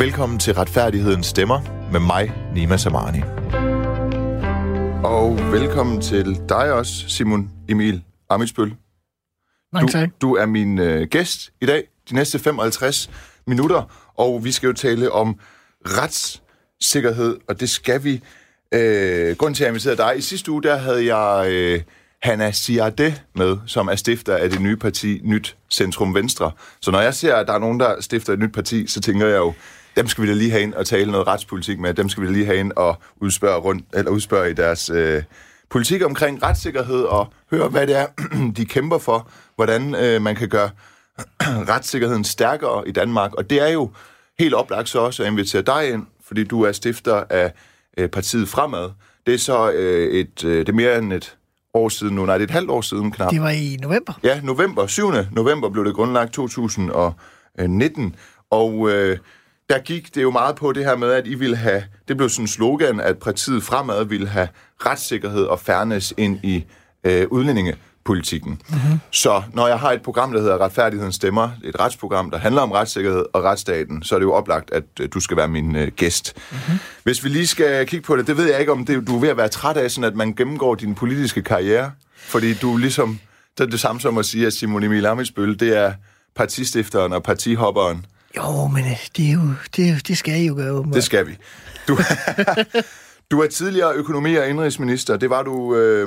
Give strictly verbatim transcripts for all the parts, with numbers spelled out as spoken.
Velkommen til Retfærdighedens Stemmer med mig, Nima Samani. Og velkommen til dig også, Simon Emil Ammitzbøll. Mange tak. Du, du er min øh, gæst i dag, de næste femoghalvtreds minutter, og vi skal jo tale om retssikkerhed, og det skal vi. Øh, grunden til, at jeg inviterede dig, i sidste uge, der havde jeg øh, Hanna Ziadeh med, som er stifter af det nye parti Nyt Centrum Venstre. Så når jeg ser, at der er nogen, der stifter et nyt parti, så tænker jeg jo, dem skal vi da lige have ind og tale noget retspolitik med, dem skal vi da lige have ind og udspørge, rundt, eller udspørge i deres øh, politik omkring retssikkerhed, og høre, hvad det er, de kæmper for, hvordan øh, man kan gøre retssikkerheden stærkere i Danmark. Og det er jo helt oplagt så også at invitere dig ind, fordi du er stifter af øh, partiet Fremad. Det er så øh, et, øh, det er mere end et år siden nu. Nej, det er et halvt år siden knap. Det var i november. Ja, november. syvende november blev det grundlagt to tusind nitten. Og øh, der gik det jo meget på det her med, at I ville have, det blev sådan en slogan, at partiet Fremad ville have retssikkerhed og fairness ind i øh, udlændingepolitikken. Mm-hmm. Så når jeg har et program, der hedder Retfærdighedens Stemmer, et retsprogram, der handler om retssikkerhed og retsstaten, så er det jo oplagt, at øh, du skal være min øh, gæst. Mm-hmm. Hvis vi lige skal kigge på det, det ved jeg ikke, om det, du er ved at være træt af, sådan at man gennemgår din politiske karriere, fordi du ligesom, det er det samme som at sige, at Simon Emil Ammitzbøll, det er partistifteren og partihopperen. Jo, men det, er jo, det, er, det skal I jo gøre. Det skal vi. Du, du er tidligere økonomi- og indrigsminister. Det var du, øh,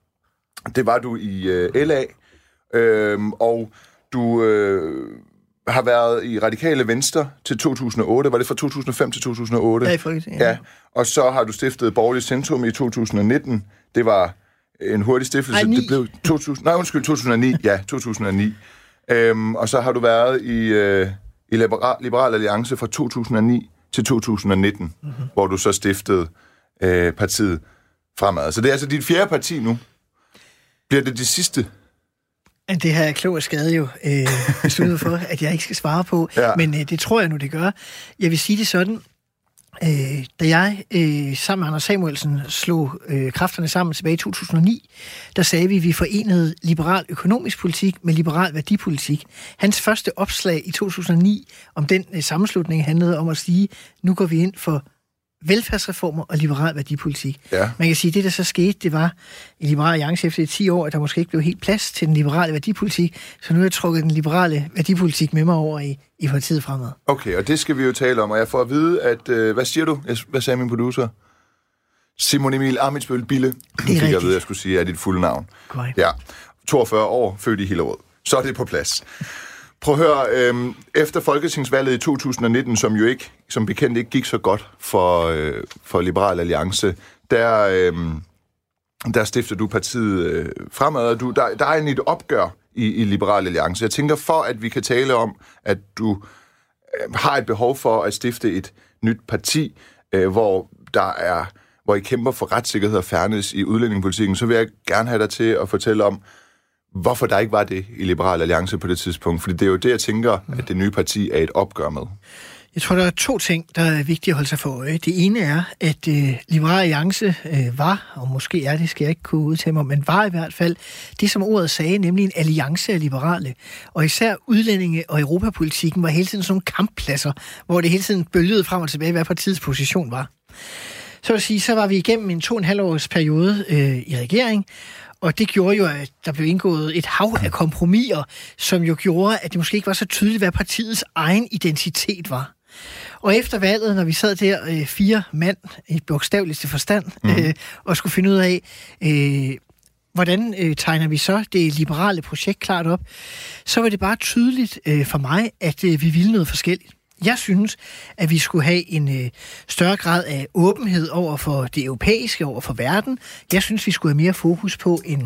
det var du i øh, L A. Øh, og du øh, har været i Radikale Venstre til to tusind og otte. Var det fra to tusind og fem til to tusind og otte? Ja, i Folketinget. Ja. Ja. Og så har du stiftet Borgerligt Centrum i to tusind og nitten. Det var en hurtig stiftelse. Nej, det blev to tusind, nej, undskyld, to tusind og ni. Ja, to tusind og ni. Øhm, og så har du været i... Øh, i Liberal, Liberal Alliance fra to tusind og ni til to tusind og nitten, mm-hmm. hvor du så stiftede øh, partiet Fremad. Så det er altså dit fjerde parti nu. Bliver det det sidste? Det har jeg klog og skade jo øh, besluttet for, at jeg ikke skal svare på. Ja. Men øh, det tror jeg nu, det gør. Jeg vil sige det sådan, øh, da jeg øh, sammen med Anders Samuelsen slog øh, kræfterne sammen tilbage i to tusind og ni, der sagde vi, at vi forenede liberal økonomisk politik med liberal værdipolitik. Hans første opslag i to tusind og ni om den øh, sammenslutning handlede om at sige, nu går vi ind for velfærdsreformer og liberal værdipolitik. Ja. Man kan sige, at det, der så skete, det var i Liberal Alliance efter ti år, at der måske ikke blev helt plads til den liberale værdipolitik, så nu har jeg trukket den liberale værdipolitik med mig over i, i partiet Fremad. Okay, og det skal vi jo tale om, og jeg får at vide, at, øh, hvad siger du? Hvad sagde min producer? Simon Emil Ammitzbøll Bille. Det er rigtigt. Jeg ved, jeg skulle sige, er dit fulde navn. Correct. Ja, toogfyrre år, født i Hillerød. Så er det på plads. Prøv at høre, øh, efter folketingsvalget i to tusind og nitten, som jo ikke, som bekendt ikke gik så godt for, øh, for Liberal Alliance, der, øh, der stiftede du partiet øh, Fremad, og du, der, der er et opgør i, i Liberal Alliance. Jeg tænker, for at vi kan tale om, at du øh, har et behov for at stifte et nyt parti, øh, hvor der er, hvor I kæmper for retssikkerhed og fairness i udlændingepolitikken, så vil jeg gerne have dig til at fortælle om, hvorfor der ikke var det i Liberal Alliance på det tidspunkt. Fordi det er jo det, jeg tænker, at det nye parti er et opgør med. Jeg tror, der er to ting, der er vigtige at holde sig for øje. Det ene er, at øh, Liberal Alliance øh, var, og måske er det, skal jeg ikke kunne udtale mig, men var i hvert fald det, som ordet sagde, nemlig en alliance af liberale. Og især udlændinge- og europapolitikken var hele tiden sådan nogle kamppladser, hvor det hele tiden bølgede frem og tilbage, hvad partiets position var. Så vil sige, så var vi igennem en to og en halv års periode øh, i regering, og det gjorde jo, at der blev indgået et hav af kompromiser, som jo gjorde, at det måske ikke var så tydeligt, hvad partiets egen identitet var. Og efter valget, når vi sad der øh, fire mand i bogstaveligste forstand, øh, mm. og skulle finde ud af, øh, hvordan øh, tegner vi så det liberale projekt klart op, så var det bare tydeligt øh, for mig, at øh, vi ville noget forskelligt. Jeg synes, at vi skulle have en øh, større grad af åbenhed over for det europæiske, over for verden. Jeg synes, vi skulle have mere fokus på en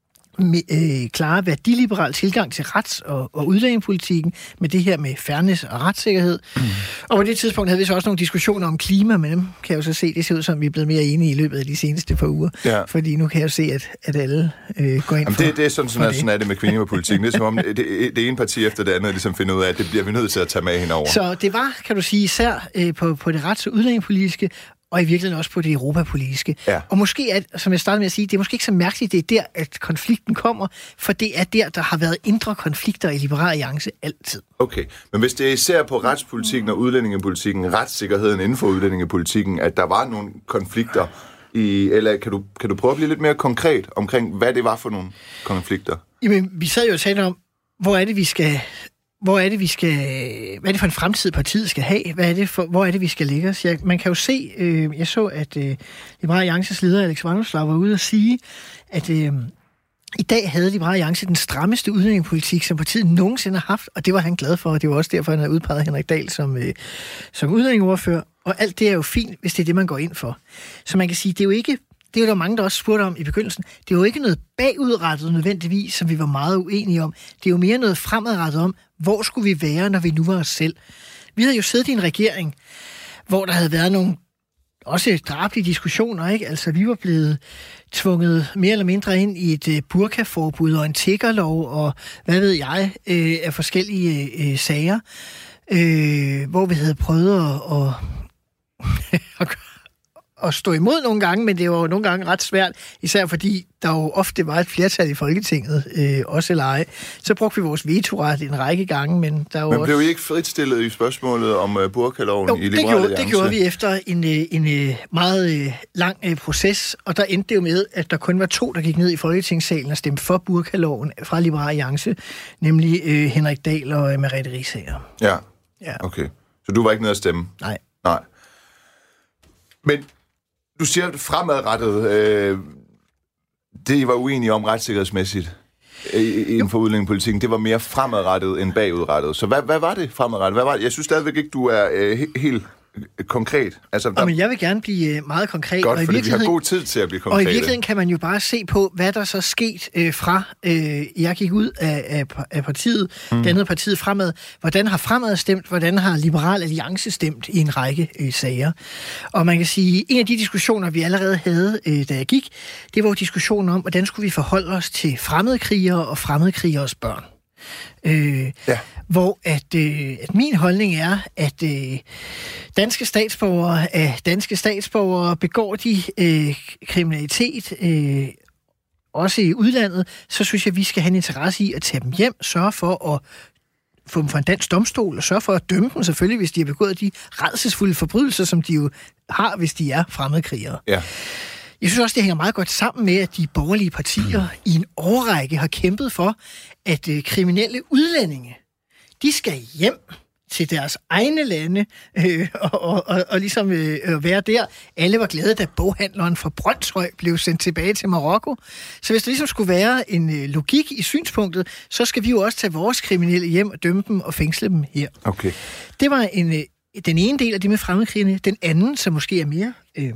øh, klare værdiliberal tilgang til rets- og, og udlændingepolitikken med det her med fairness og retssikkerhed. Mm. Og på det tidspunkt havde vi så også nogle diskussioner om klima, men dem kan jeg jo så se, det ser ud som, vi er blevet mere enige i løbet af de seneste par uger. Ja. Fordi nu kan jeg jo se, at, at alle øh, går ind Jamen, for det. Det er sådan, sådan, sådan er det med klimapolitikken. Det er som om det, det ene parti efter det andet ligesom finder ud af, at det bliver vi nødt til at tage med henover. Så det var, kan du sige, især øh, på, på det rets- og udlændingepolitiske, og i virkeligheden også på det europapolitiske. Ja. Og måske, er, som jeg startede med at sige, det er måske ikke så mærkeligt, det er der, at konflikten kommer, for det er der, der har været indre konflikter i Liberal Alliance altid. Okay, men hvis det er især på retspolitikken og udlændingepolitikken, retssikkerheden inden for udlændingepolitikken, at der var nogle konflikter, i, eller kan du, kan du prøve at blive lidt mere konkret omkring, hvad det var for nogle konflikter? Jamen, vi sad jo og talte om, hvor er det, vi skal... Hvor er det, vi skal... Hvad er det for en fremtid, partiet skal have? Hvad er det for, hvor er det, vi skal lægge os? Jeg, man kan jo se... Øh, jeg så, at øh, Liberal Alliances leder, Alex Vanopslagh, var ude og sige, at øh, i dag havde Liberal Alliance den strammeste udlændingepolitik, som partiet nogensinde har haft, og det var han glad for, og det var også derfor, han havde udpeget Henrik Dahl som, øh, som udlændingeordfører. Og alt det er jo fint, hvis det er det, man går ind for. Så man kan sige, det er jo ikke... Det er jo der mange, der også spurgte om i begyndelsen. Det er jo ikke noget bagudrettet nødvendigvis, som vi var meget uenige om. Det er jo mere noget fremadrettet om, hvor skulle vi være, når vi nu var os selv. Vi havde jo siddet i en regering, hvor der havde været nogle også drabelige diskussioner, ikke? Altså, vi var blevet tvunget mere eller mindre ind i et uh, burkaforbud og en tiggerlov og hvad ved jeg øh, af forskellige øh, sager, øh, hvor vi havde prøvet at... at at stå imod nogle gange, men det var jo nogle gange ret svært, især fordi der jo ofte var et flertal i Folketinget, øh, også eller ej. Så brugte vi vores vetoret en række gange, men der var Men også... blev I ikke fritstillet i spørgsmålet om uh, burkaloven jo, i Liberal det gjorde, Alliance? det gjorde vi efter en, en, en meget lang proces, og der endte det jo med, at der kun var to, der gik ned i Folketingssalen og stemte for burkaloven fra Liberal Alliance, nemlig øh, Henrik Dahl og øh, Merete Riisager. Ja. ja, okay. Så du var ikke nede at stemme? Nej. Nej. Men du siger fremadrettet, øh, det I var uenige om retssikkerhedsmæssigt inden for udlændingepolitikken, det var mere fremadrettet end bagudrettet. Så hvad, hvad var det fremadrettet? Hvad var det? Jeg synes stadigvæk ikke, du er øh, he- helt konkret. Altså, der... Men jeg vil gerne blive meget konkret. Godt, og i fordi vi har god tid til at blive konkrete. Og i virkeligheden kan man jo bare se på, hvad der så er sket øh, fra, øh, jeg gik ud af, af, af partiet, mm. det andet partiet Fremad. Hvordan har Fremad stemt? Hvordan har Liberal Alliance stemt i en række øh, sager? Og man kan sige, en af de diskussioner, vi allerede havde, øh, da jeg gik, det var jo diskussionen om, hvordan skulle vi forholde os til fremmedkrigere og fremmedkrigeres børn. Øh, ja. Hvor at, øh, at min holdning er, at øh, danske statsborgere af danske statsborgere begår de øh, kriminalitet, øh, også i udlandet, så synes jeg, at vi skal have en interesse i at tage dem hjem, sørge for at få dem for en dansk domstol, og sørge for at dømme dem selvfølgelig, hvis de har begået de rædselsfulde forbrydelser, som de jo har, hvis de er fremmedkrigere. Ja. Jeg synes også, det hænger meget godt sammen med, at de borgerlige partier mm. i en årrække har kæmpet for, at øh, kriminelle udlændinge, de skal hjem til deres egne lande øh, og, og, og, og ligesom øh, være der. Alle var glade, da boghandleren fra Brøndshøj blev sendt tilbage til Marokko. Så hvis der ligesom skulle være en øh, logik i synspunktet, så skal vi jo også tage vores kriminelle hjem og dømme dem og fængsle dem her. Okay. Det var en, øh, den ene del af det med fremmedkrigerne. Den anden, som måske er mere... Øh,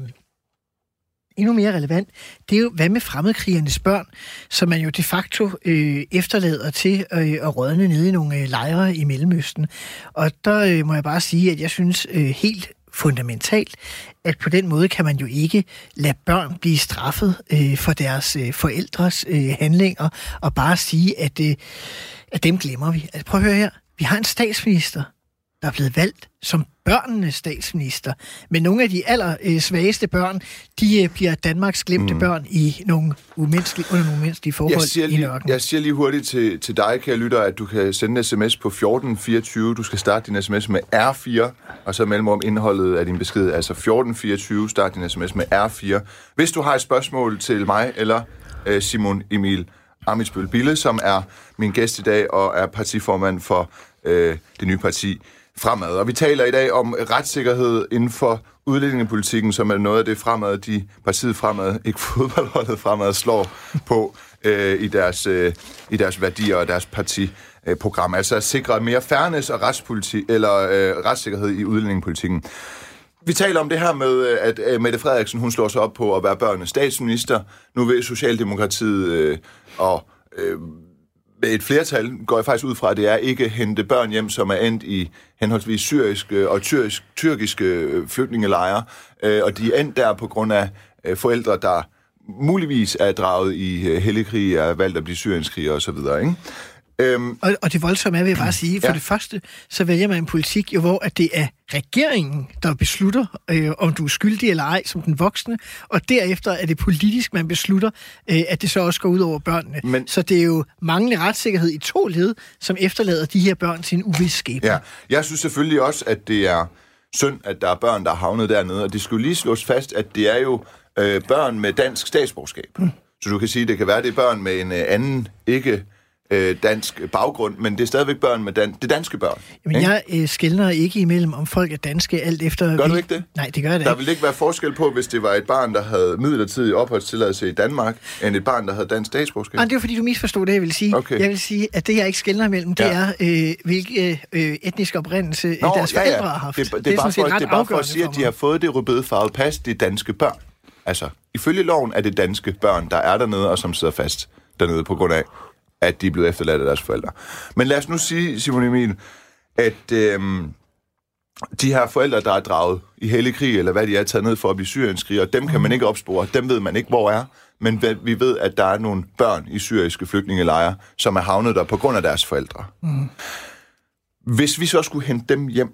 endnu mere relevant, det er jo, hvad med fremmedkrigernes børn, som man jo de facto øh, efterlader til øh, at rådne nede i nogle øh, lejre i Mellemøsten. Og der øh, må jeg bare sige, at jeg synes øh, helt fundamentalt, at på den måde kan man jo ikke lade børn blive straffet øh, for deres øh, forældres øh, handlinger, og bare sige, at, øh, at dem glemmer vi. Altså, prøv at høre her. Vi har en statsminister, der er blevet valgt som børnenes statsminister. Men nogle af de aller øh, svageste børn, de øh, bliver Danmarks glemte mm. børn i nogle umenneskelige, under nogle umenneskelige forhold jeg i nørken. Jeg siger lige hurtigt til, til dig, kære lytter, at du kan sende en sms på fjorten fireogtyve. Du skal starte din sms med R fire, og så mellemrum indholdet af din besked, altså fjorten fireogtyve, start din sms med R fire. Hvis du har et spørgsmål til mig, eller øh, Simon Emil Ammitzbøll Bille, som er min gæst i dag, og er partiformand for øh, det nye parti Fremad. Og vi taler i dag om retssikkerhed inden for udlændingepolitikken, som er noget af det Fremad, de partiet Fremad, ikke fodboldholdet Fremad, slår på øh, i, deres, øh, i deres værdier og deres partiprogram. Altså at sikre mere fairness og retspolitik, eller øh, retssikkerhed i udlændingepolitikken. Vi taler om det her med, at øh, Mette Frederiksen, hun slår sig op på at være børnenes statsminister. Nu vil Socialdemokratiet øh, og øh, med et flertal går jeg faktisk ud fra, at det er ikke hente børn hjem, som er endt i henholdsvis syriske og tyrkiske, tyrkiske flygtningelejre, øh, og de er endt der på grund af øh, forældre, der muligvis er draget i øh, helligkrig, er valgt at blive syrienskrigere osv., ikke? Øhm, og, og det voldsomme er, vil jeg bare sige, for ja. det første, så vælger man en politik, jo, hvor at det er regeringen, der beslutter, øh, om du er skyldig eller ej, som den voksne, og derefter er det politisk, man beslutter, øh, at det så også går ud over børnene. Men, så det er jo manglende retssikkerhed i to led, som efterlader de her børn til en uvis skæbne. Ja, jeg synes selvfølgelig også, at det er synd, at der er børn, der er havnet dernede, og det skulle lige slås fast, at det er jo øh, børn med dansk statsborgerskab. Mm. Så du kan sige, at det kan være, at det er børn med en øh, anden, ikke øh, dansk baggrund, men det er stadigvæk børn med dan- det danske børn. Jamen, ikke? jeg øh, skelner ikke imellem, om folk er danske, alt efter... Gør vi... du ikke det? Nej, det gør jeg da Der ikke. vil ikke være forskel på, hvis det var et barn, der havde midlertidig opholdstilladelse i Danmark, end et barn, der havde dansk statsborgerskab? Nej, det er fordi, du misforstod det, jeg vil sige. Okay. Jeg vil sige, at det, jeg ikke skelner imellem, det ja. er, øh, hvilke øh, etnisk oprindelse Nå, deres ja, ja. forældre har haft. Det, det, det, det er bare for, det er bare for at sige, at de har fået det rødbedefarvede pas, det er danske børn. Altså, ifølge loven er det danske børn, der er dernede, og som sidder fast dernede på grund af, at de er blevet efterladt af deres forældre. Men lad os nu sige, Simon Emil, at øhm, de her forældre, der er draget i hellig krig, eller hvad de er taget ned for at blive syrienskrigere, dem kan man ikke opspore, dem ved man ikke, hvor er. Men vi ved, at der er nogle børn i syriske flygtningelejre, som er havnet der på grund af deres forældre. Mm. Hvis vi så skulle hente dem hjem,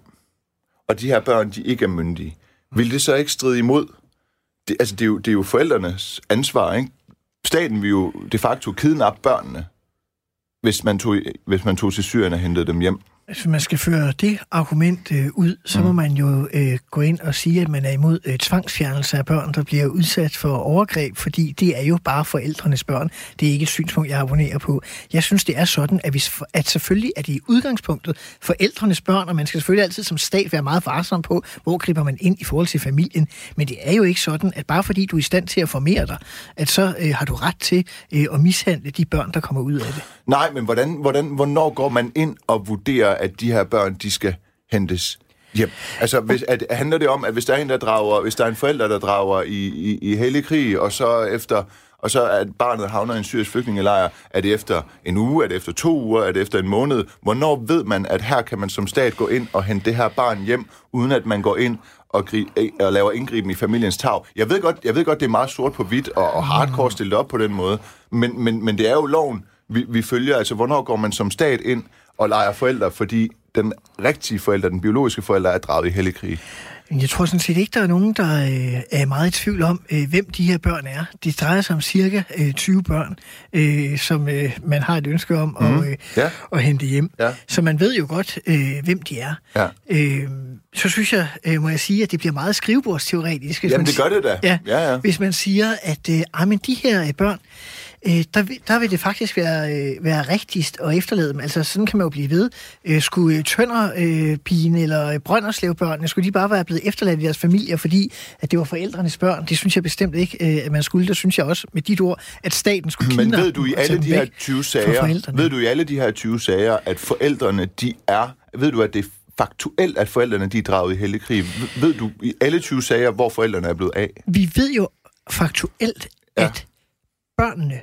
og de her børn, de ikke er myndige, vil det så ikke stride imod? Det, altså, det er, jo, det er jo forældrenes ansvar, ikke? Staten vil jo de facto kidnappe børnene, hvis man tog, hvis man tog til Syrien og hentede dem hjem. Hvis man skal føre det argument øh, ud, så mm. må man jo øh, gå ind og sige, at man er imod øh, tvangsfjernelse af børn, der bliver udsat for overgreb, fordi det er jo bare forældrenes børn. Det er ikke et synspunkt, jeg abonnerer på. Jeg synes, det er sådan, at, hvis, at selvfølgelig er det i udgangspunktet forældrenes børn, og man skal selvfølgelig altid som stat være meget varsom på, hvor griber man ind i forhold til familien. Men det er jo ikke sådan, at bare fordi du er i stand til at formere dig, at så øh, har du ret til øh, at mishandle de børn, der kommer ud af det. Nej, men hvordan, hvordan, hvornår går man ind og vurderer, at de her børn, de skal hentes hjem? Altså, hvis, at, handler det om, at hvis der er en, der drager, hvis der er en forælder, der drager i, i, i hellig krig, og så efter, og så at barnet havner i en syrisk flygtningelejr, er det efter en uge, er det efter to uger, er det efter en måned? Hvornår ved man, at her kan man som stat gå ind og hente det her barn hjem, uden at man går ind og, gri- og laver indgriben i familiens tarv? Jeg ved godt, jeg ved godt, det er meget sort på hvidt og, og hardcore stillet op på den måde, men, men, men det er jo loven, vi, vi følger. Altså, hvornår går man som stat ind og leger forældre, fordi den rigtige forælder, den biologiske forælder, er draget i hellig krig? Jeg tror sådan set ikke, der er nogen, der øh, er meget i tvivl om, øh, hvem de her børn er. Det drejer sig om cirka øh, tyve børn, øh, som øh, man har et ønske om mm. at, øh, ja. at hente hjem. Ja. Så man ved jo godt, øh, hvem de er. Ja. Øh, så synes jeg, øh, må jeg sige, at det bliver meget skrivebordsteoretisk. Jamen, det gør det da. Ja, ja, ja. Hvis man siger, at øh, ah, men de her børn, Øh, der, der vil det faktisk være, øh, være rigtigst at efterlade dem. Altså, sådan kan man jo blive ved. Øh, skulle Tønder-pigen øh, eller Brønderslev-børnene, skulle de bare være blevet efterladt i deres familier, fordi at det var forældrenes børn? Det synes jeg bestemt ikke, øh, at man skulle. Det synes jeg også med dit ord, at staten skulle kidnappe. Men ved du i alle de her tyve sager, ved du i alle de her tyve sager, at forældrene, de er, ved du, at det er faktuelt, at forældrene, de er draget i hellig krig? Ved du i alle tyve sager, hvor forældrene er blevet af? Vi ved jo faktuelt, ja. at børnene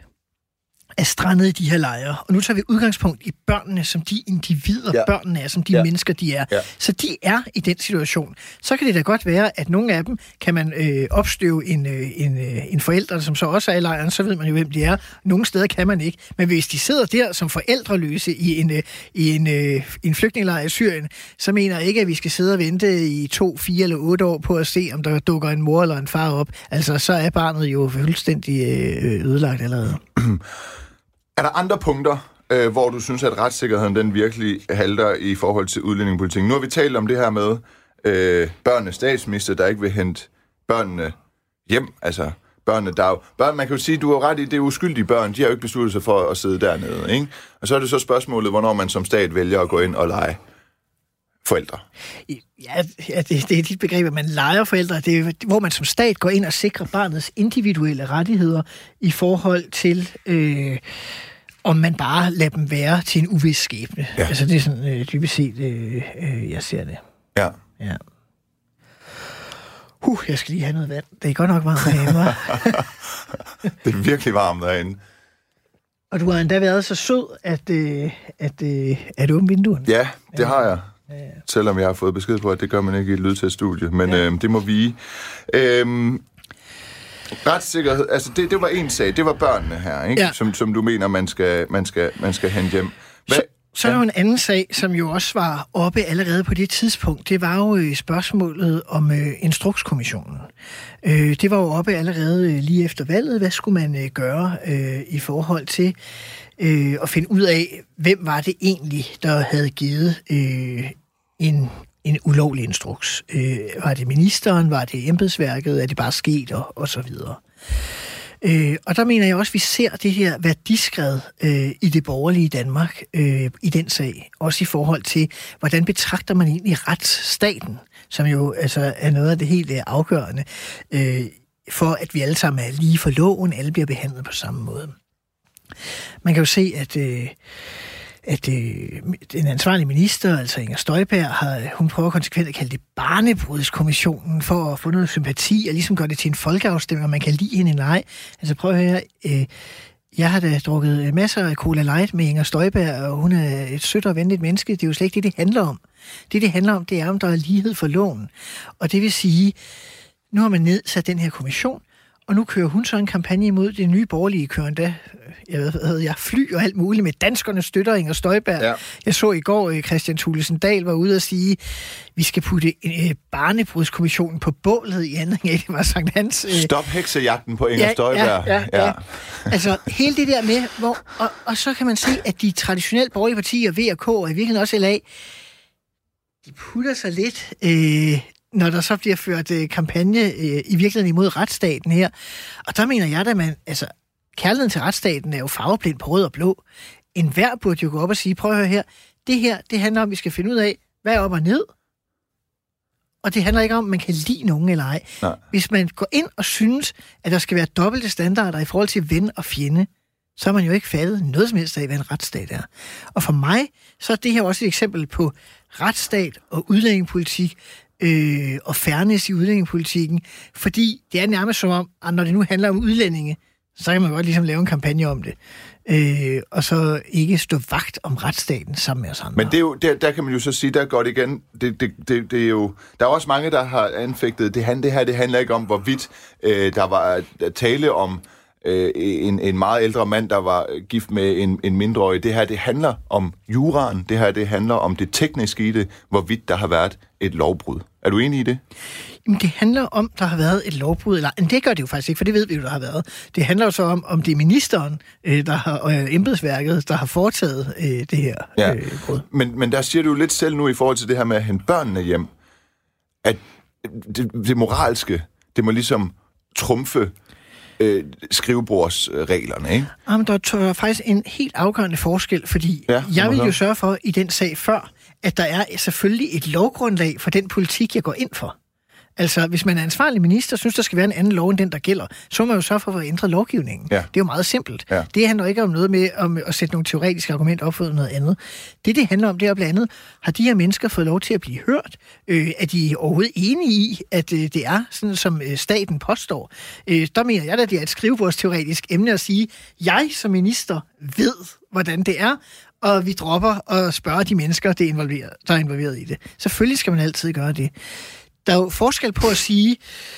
er strandet i de her lejre. Og nu tager vi udgangspunkt i børnene, som de individer, ja. børnene er, som de ja. mennesker, de er. Ja. Så de er i den situation. Så kan det da godt være, at nogle af dem kan man øh, opstøve en, øh, en, øh, en forælder, som så også er i lejren, så ved man jo, hvem de er. Nogle steder kan man ikke. Men hvis de sidder der som forældreløse i en, øh, i en, øh, en flygtningelejr i Syrien, så mener jeg ikke, at vi skal sidde og vente i to, fire eller otte år på at se, om der dukker en mor eller en far op. Altså, så er barnet jo fuldstændig øh, ødelagt allerede. Er der andre punkter, øh, hvor du synes, at retssikkerheden den virkelig halter i forhold til udlændingepolitikken? Nu har vi talt om det her med øh, børnenes statsminister, der ikke vil hente børnene hjem. Altså børnene, der jo, børn, man kan jo sige, du har ret i, det er uskyldige børn. De har jo ikke besluttet sig for at sidde dernede, ikke? Og så er det så spørgsmålet, hvornår man som stat vælger at gå ind og lege forældre. Ja, det, det er dit begreb, at man leger forældre. Det er, hvor man som stat går ind og sikrer barnets individuelle rettigheder i forhold til, øh, om man bare lader dem være til en uvis skæbne. Ja. Altså det er sådan øh, dybest set, øh, øh, jeg ser det. Ja. Ja. Uh, jeg skal lige have noget vand. Det er godt nok varmt derhjemme. Det er virkelig varmt derinde. Og du har endda været så sød, at, øh, at, øh, at åbne vinduerne. Ja, det har jeg. Ja, ja. Selvom jeg har fået besked på, at det gør man ikke i et lydteststudie. Men ja. øhm, det må vi. Øhm, retssikkerhed, altså det, det var en sag. Det var børnene her, ikke? Ja. Som, som du mener, man skal, man skal, man skal hente hjem. Hvad? Så, så er der jo en anden sag, som jo også var oppe allerede på det tidspunkt. Det var jo spørgsmålet om øh, Instrukskommissionen. Øh, det var jo oppe allerede lige efter valget. Hvad skulle man øh, gøre øh, i forhold til øh, at finde ud af, hvem var det egentlig, der havde givet øh, en, en ulovlig instruks? Øh, var det ministeren? Var det embedsværket? Er det bare sket? Og, og så videre. Øh, og der mener jeg også, at vi ser det her værdiskred øh, i det borgerlige Danmark øh, i den sag. Også i forhold til, hvordan betragter man egentlig retsstaten, som jo altså, er noget af det helt afgørende, øh, for at vi alle sammen er lige for loven, alle bliver behandlet på samme måde. Man kan jo se, at... Øh, at øh, den ansvarlige minister, altså Inger Støjberg, har, hun prøver konsekvent at kalde det barnebrudskommissionen for at få noget sympati og ligesom gøre det til en folkeafstemning, og man kan lide hende eller ej. Altså prøv at høre, øh, jeg har da drukket masser af Cola Light med Inger Støjberg, og hun er et sødt og venligt menneske. Det er jo slet ikke det, det handler om. Det, det handler om, det er, om der er lighed for loven. Og det vil sige, nu har man nedsat den her kommission, og nu kører hun så en kampagne imod det nye borgerlige køren, der jeg ved, hvad jeg fly og alt muligt med danskernes støtter, Inger Støjberg. Ja. Jeg så i går, Christian Thulesen Dahl var ude og sige, vi skal putte en, barnebrudskommissionen på bålet i anden af, det var Sankt Hans. Stop heksejagten på Inger ja, Støjberg. Ja, ja, ja. ja. Altså hele det der med, hvor, og, og så kan man se, at de traditionelt borgerlige partier, V og K og i virkeligheden også L A, de putter sig lidt... Øh, når der så bliver ført øh, kampagne øh, i virkeligheden imod retsstaten her. Og der mener jeg, at man, altså, kærligheden til retsstaten er jo farveblind på rød og blå. En hver burde jo gå op og sige, prøv at høre her, det her, det handler om, at vi skal finde ud af, hvad er op og ned. Og det handler ikke om, at man kan lide nogen eller ej. Nej. Hvis man går ind og synes, at der skal være dobbelte standarder i forhold til ven og fjende, så har man jo ikke fattet noget som helst af, hvad en retsstat er. Og for mig, så er det her også et eksempel på retsstat og udlændingepolitik, Øh, og fairness i udlændingepolitikken, fordi det er nærmest som om, at når det nu handler om udlændinge, så kan man godt ligesom lave en kampagne om det, øh, og så ikke stå vagt om retsstaten sammen med os andre. Men det er jo, der, der kan man jo så sige, der går det igen, det, det, det, det er jo, der er også mange, der har anfægtet, det, det her, det handler ikke om, hvorvidt øh, der var tale om øh, en, en meget ældre mand, der var gift med en, en mindreårig. Det her, det handler om juraen, det her, det handler om det tekniske i det, hvorvidt der har været et lovbrud. Er du enig i det? Jamen, det handler om, der har været et lovbrud, eller det gør det jo faktisk ikke, for det ved vi jo, der har været. Det handler jo så om, om det er ministeren, der har, og embedsværket, der har foretaget øh, det her ja. øh, brud. Men, men der siger du jo lidt selv nu i forhold til det her med at hente børnene hjem, at det, det moralske, det må ligesom trumfe øh, skrivebordsreglerne, ikke? Jamen, der er faktisk en helt afgørende forskel, fordi ja, jeg vil jo sørge for i den sag før, at der er selvfølgelig et lovgrundlag for den politik, jeg går ind for. Altså, hvis man er ansvarlig minister, synes, der skal være en anden lov end den, der gælder, så må man jo sørge for at ændre lovgivningen. Ja. Det er jo meget simpelt. Ja. Det handler ikke om noget med om at sætte nogle teoretiske argumenter op for noget andet. Det, det handler om, det er blandt andet, har de her mennesker fået lov til at blive hørt? Øh, er de overhovedet enige i, at øh, det er sådan, som øh, staten påstår? Øh, der mener jeg, at det er et skrivebordsteoretisk emne at sige, jeg som minister ved, hvordan det er, og vi dropper at spørge de mennesker, der er involveret, der er involveret i det. Selvfølgelig skal man altid gøre det. Der er jo forskel på at sige,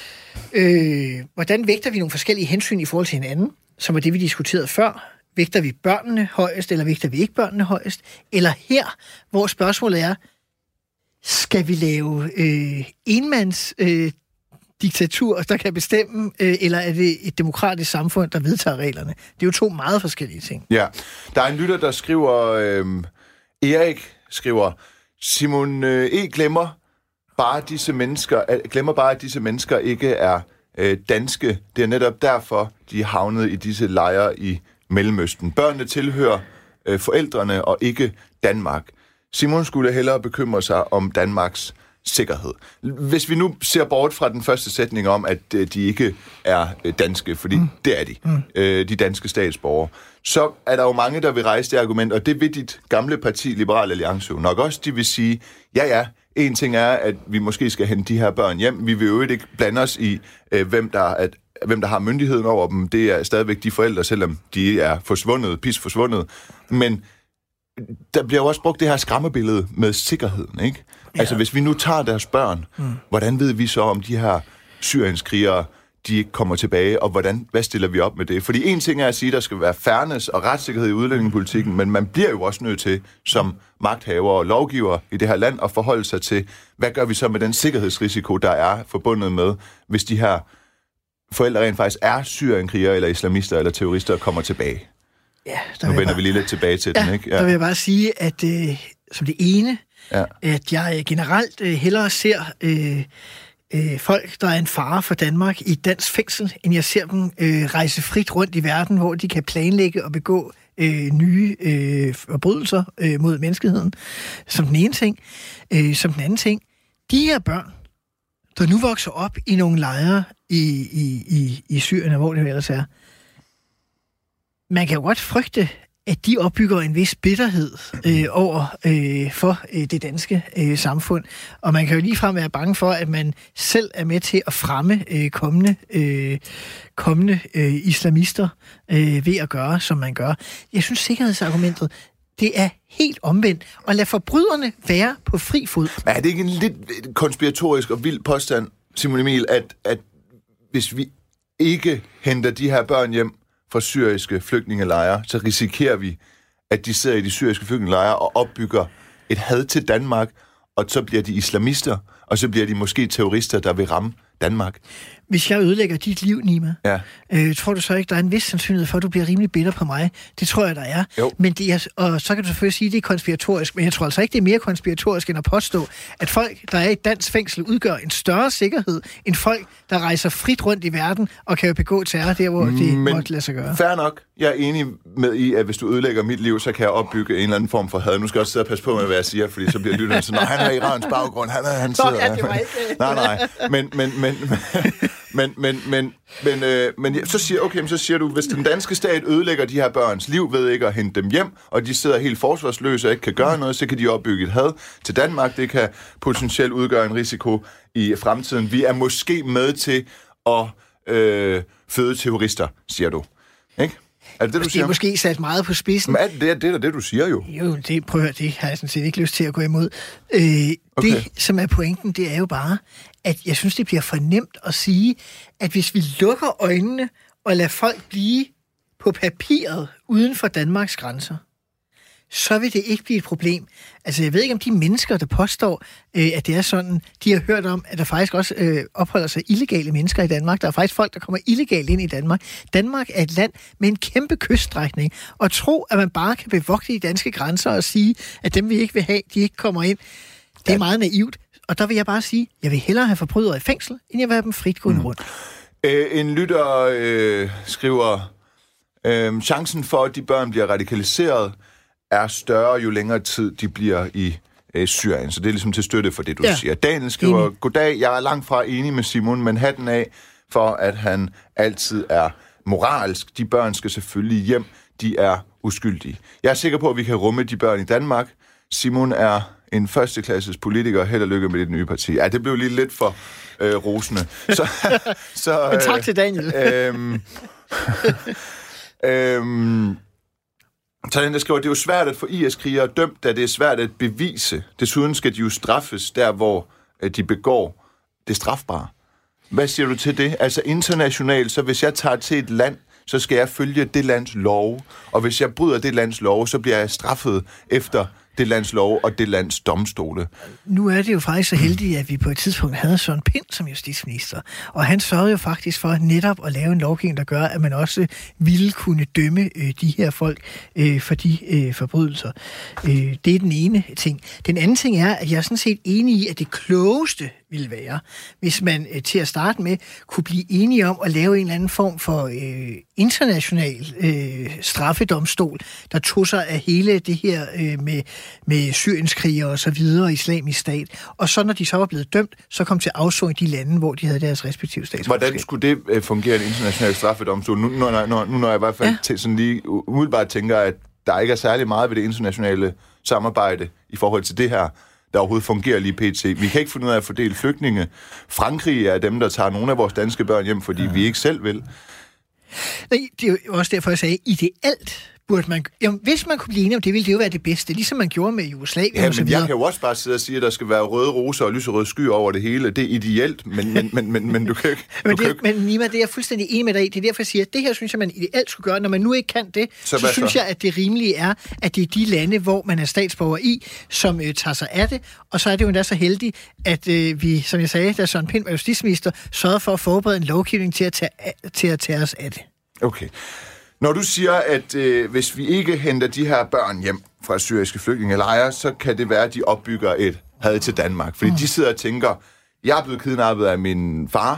øh, hvordan vægter vi nogle forskellige hensyn i forhold til hinanden, som var det, vi diskuterede før. Vægter vi børnene højest, eller vægter vi ikke børnene højest? Eller her, hvor spørgsmålet er, skal vi lave øh, enmands øh, diktatur, der kan bestemme, øh, eller er det et demokratisk samfund, der vedtager reglerne? Det er jo to meget forskellige ting. Ja, der er en lytter, der skriver, øh, Erik skriver, Simon øh, E. glemmer, Bare disse mennesker, glemmer bare, at disse mennesker ikke er øh, danske. Det er netop derfor, de er havnet i disse lejre i Mellemøsten. Børnene tilhører øh, forældrene og ikke Danmark. Simon skulle hellere bekymre sig om Danmarks sikkerhed. Hvis vi nu ser bort fra den første sætning om, at øh, de ikke er øh, danske, fordi mm. det er de, mm. øh, de danske statsborgere, så er der jo mange, der vil rejse det argument, og det vil dit gamle parti, Liberal Alliance, jo nok også. De vil sige, ja ja, en ting er, at vi måske skal hente de her børn hjem. Vi vil jo ikke blande os i, øh, hvem, der, at, hvem der har myndigheden over dem. Det er stadigvæk de forældre, selvom de er forsvundet, pis forsvundet. Men der bliver jo også brugt det her skræmmebillede med sikkerheden, ikke? Ja. Altså, hvis vi nu tager deres børn, mm. hvordan ved vi så, om de her syrienskrigere, de ikke kommer tilbage, og hvordan, hvad stiller vi op med det? Fordi en ting er at sige, at der skal være fairness og retssikkerhed i udlændingepolitikken, men man bliver jo også nødt til, som magthaver og lovgiver i det her land, at forholde sig til, hvad gør vi så med den sikkerhedsrisiko, der er forbundet med, hvis de her forældre rent faktisk er syrienkrigere, eller islamister, eller terrorister, og kommer tilbage. Ja, nu vender bare... vi lige lidt tilbage til ja, den, ikke? Ja, der vil jeg bare sige, at øh, som det ene, ja. at jeg generelt øh, hellere ser øh, øh, folk, der er en fare for Danmark i et dansk fængsel, end jeg ser dem øh, rejse frit rundt i verden, hvor de kan planlægge og begå øh, nye øh, forbrydelser øh, mod menneskeheden. Som den ene ting. Øh, som den anden ting. De her børn, der nu vokser op i nogle lejre i, i, i, i Syrien, hvor det ellers er, man kan jo godt frygte, at de opbygger en vis bitterhed øh, over øh, for øh, det danske øh, samfund. Og man kan jo ligefrem være bange for, at man selv er med til at fremme øh, kommende, øh, kommende øh, islamister øh, ved at gøre, som man gør. Jeg synes, sikkerhedsargumentet, det er helt omvendt. Og lad forbryderne være på fri fod. Men er det ikke en lidt konspiratorisk og vild påstand, Simon Emil, at, at hvis vi ikke henter de her børn hjem fra syriske flygtningelejre, så risikerer vi, at de sidder i de syriske flygtningelejre og opbygger et had til Danmark, og så bliver de islamister, og så bliver de måske terrorister, der vil ramme Danmark. Hvis jeg ødelægger dit liv, Nima, ja. øh, tror du så ikke, der er en vis sandsynlighed for, at du bliver rimelig bitter på mig? Det tror jeg, der er. Jo. Men det er, og så kan du selvfølgelig sige, at det er konspiratorisk, men jeg tror altså ikke, det er mere konspiratorisk end at påstå, at folk, der er i et dansk fængsel, udgør en større sikkerhed end folk, der rejser frit rundt i verden og kan jo begå terror der, hvor det men, måtte lade sig gøre. Fair nok. Jeg er enig med i, at hvis du ødelægger mit liv, så kan jeg opbygge en eller anden form for had. Nu skal jeg også sidde og passe på med, hvad jeg siger, fordi så bliver lytterne sådan, han har Irans baggrund, han, er, han sidder... Nå, ja, det var ikke... nej, nej. Men, men, men, men, men, men, men, øh, men så siger, okay, så siger du, hvis den danske stat ødelægger de her børns liv ved ikke at hente dem hjem, og de sidder helt forsvarsløse og ikke kan gøre noget, så kan de opbygge et had til Danmark. Det kan potentielt udgøre en risiko i fremtiden. Vi er måske med til at øh, føde terrorister, siger du. Ikke? Er det det, du siger? Det er måske sat meget på spidsen. Men er det, det er det, der, det, du siger jo. Jo, det, prøv at høre, det har jeg sådan set ikke lyst til at gå imod. Øh, okay. Det, som er pointen, det er jo bare, at jeg synes, det bliver for nemt at sige, at hvis vi lukker øjnene og lader folk blive på papiret uden for Danmarks grænser, så vil det ikke blive et problem. Altså, jeg ved ikke, om de mennesker, der påstår, øh, at det er sådan, de har hørt om, at der faktisk også øh, opholder sig illegale mennesker i Danmark. Der er faktisk folk, der kommer illegalt ind i Danmark. Danmark er et land med en kæmpe kyststrækning. Og tro, at man bare kan bevogte de danske grænser og sige, at dem vi ikke vil have, de ikke kommer ind, det er ja. meget naivt. Og der vil jeg bare sige, jeg vil hellere have forbrydere i fængsel, end jeg vil have dem frit gående rundt. Mm. Øh, en lytter øh, skriver, øh, chancen for, at de børn bliver radikaliseret, er større, jo længere tid de bliver i øh, Syrien. Så det er ligesom til støtte for det, du ja. siger. Daniel skriver, enig. Goddag, jeg er langt fra enig med Simon, men hatten af for, at han altid er moralsk. De børn skal selvfølgelig hjem. De er uskyldige. Jeg er sikker på, at vi kan rumme de børn i Danmark. Simon er en førsteklasses politiker. Held og lykke med det nye parti. Ja, det blev lige lidt for øh, rosende. Så, så, men tak til Daniel. øhm, øhm, Så den der skriver, det er jo svært at få I S-krigere dømt, da det er svært at bevise. Desuden skal de jo straffes der, hvor de begår det strafbare. Hvad siger du til det? Altså internationalt, så hvis jeg tager til et land, så skal jeg følge det lands lov. Og hvis jeg bryder det lands lov, så bliver jeg straffet efter det lands lov og det lands domstole. Nu er det jo faktisk så heldigt, at vi på et tidspunkt havde Søren Pind som justitsminister. Og han sørgede jo faktisk for netop at lave en lovgivning, der gør, at man også ville kunne dømme øh, de her folk øh, for de øh, forbrydelser. Øh, det er den ene ting. Den anden ting er, at jeg er sådan set enig i, at det klogeste ville være, hvis man øh, til at starte med kunne blive enige om at lave en eller anden form for øh, international øh, straffedomstol, der tog sig af hele det her øh, med, med syrienskrigere og så videre, islamisk stat. Og så når de så var blevet dømt, så kom til afsoning i de lande, hvor de havde deres respektive statsborgerskab. Hvordan skulle det øh, fungere, en international straffedomstol? Nu, nu, nu, nu når jeg i hvert fald ja. til, sådan lige umiddelbart tænker, at der ikke er særlig meget ved det internationale samarbejde i forhold til det her, der overhovedet fungerer lige pt. Vi kan ikke finde ud af at fordele flygtninge. Frankrig er dem, der tager nogle af vores danske børn hjem, fordi ja. vi ikke selv vil. Nej, det er jo også derfor, jeg sagde, ideelt burde man... Jamen, hvis man kunne blive enige om det, ville det jo være det bedste, ligesom man gjorde med Jugoslavien. Ja, og så men videre. jeg kan jo også bare sidde og sige, at der skal være røde roser og lyserøde skyer over det hele. Det er ideelt, men, men, men, men, men du kan ikke... Du men, kan det, ikke... men Nima, det er jeg fuldstændig enig med dig i. Det er derfor, jeg siger, at det her synes jeg, man ideelt skulle gøre. Når man nu ikke kan det, så, så synes så? jeg, at det rimelige er, at det er de lande, hvor man er statsborger i, som øh, tager sig af det. Og så er det jo endda så heldigt, at øh, vi, som jeg sagde, da Søren Pind var justitsminister, sørgede for at forberede en lovgivning til at tage, til at tage os af det. Okay. Når du siger, at øh, hvis vi ikke henter de her børn hjem fra syriske flygtningelejre, så kan det være, at de opbygger et had til Danmark. Fordi mm. de sidder og tænker, jeg er blevet kidnappet af min far,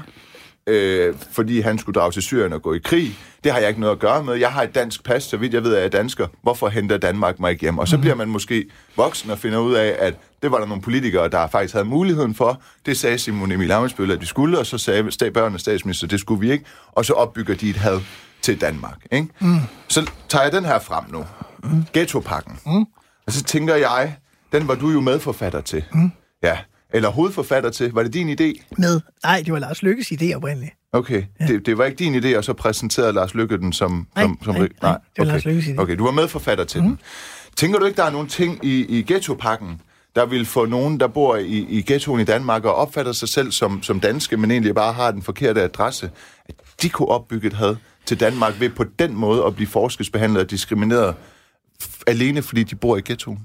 øh, fordi han skulle drage til Syrien og gå i krig. Det har jeg ikke noget at gøre med. Jeg har et dansk pas, så vidt jeg ved, at jeg er dansker. Hvorfor henter Danmark mig ikke hjem? Og så mm. bliver man måske voksen og finder ud af, at det var der nogle politikere, der faktisk havde muligheden for. Det sagde Simon Emil Ammitzbøll, at de skulle, og så sagde børnenes statsminister, det skulle vi ikke. Og så opbygger de et had til Danmark, ikke? Mm. Så tager jeg den her frem nu. Mm. Ghettopakken. Mm. Og så tænker jeg, den var du jo medforfatter til. Mm. Ja. Eller hovedforfatter til. Var det din idé? Med. Nej, det var Lars Løkkes idé oprindeligt. Okay. Ja. Det, det var ikke din idé, og så præsenterede Lars Løkke den som... Nej, som, som nej, nej, nej. det var okay. Lars Løkkes idé. Okay, du var medforfatter til mm. den. Tænker du ikke, der er nogle ting i, i ghettopakken, der vil få nogen, der bor i, i ghettoen i Danmark og opfatter sig selv som, som danske, men egentlig bare har den forkerte adresse, at de kunne opbygge et had til Danmark ved på den måde at blive forskelsbehandlet og diskrimineret alene, fordi de bor i ghettoen?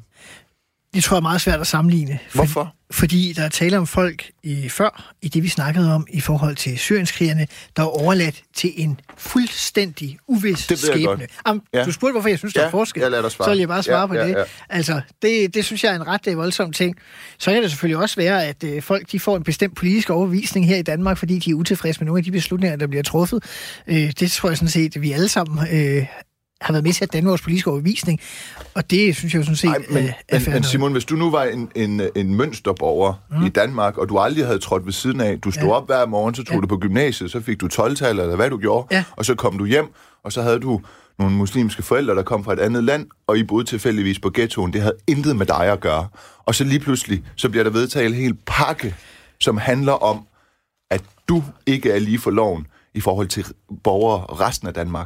Det tror jeg er meget svært at sammenligne. For, Hvorfor? Fordi der er tale om folk i før, i det vi snakkede om, i forhold til syrienskrigerne, der er overladt til en fuldstændig uvis skæbne. Am, ja. Du spurgte, hvorfor jeg synes, der ja, er forskel. Jeg så vil jeg bare svare ja, på ja, det. Ja. Altså, det, det synes jeg er en ret voldsom ting. Så kan det selvfølgelig også være, at øh, folk de får en bestemt politisk overbevisning her i Danmark, fordi de er utilfredse med nogle af de beslutninger, der bliver truffet. Øh, det tror jeg sådan set, at vi alle sammen... Øh, har været med til at danne vores politiske overbevisning, og det synes jeg jo sådan set Ej, men, er, er men, men Simon, hvis du nu var en, en, en mønsterborger mm. i Danmark, og du aldrig havde trådt ved siden af, du stod ja. op hver morgen, så tog ja. du på gymnasiet, så fik du tolv-tal, eller hvad du gjorde, ja. og så kom du hjem, og så havde du nogle muslimske forældre, der kom fra et andet land, og I boede tilfældigvis på ghettoen. Det havde intet med dig at gøre. Og så lige pludselig, så bliver der vedtaget en hel pakke, som handler om, at du ikke er lige for loven i forhold til borgere resten af Danmark.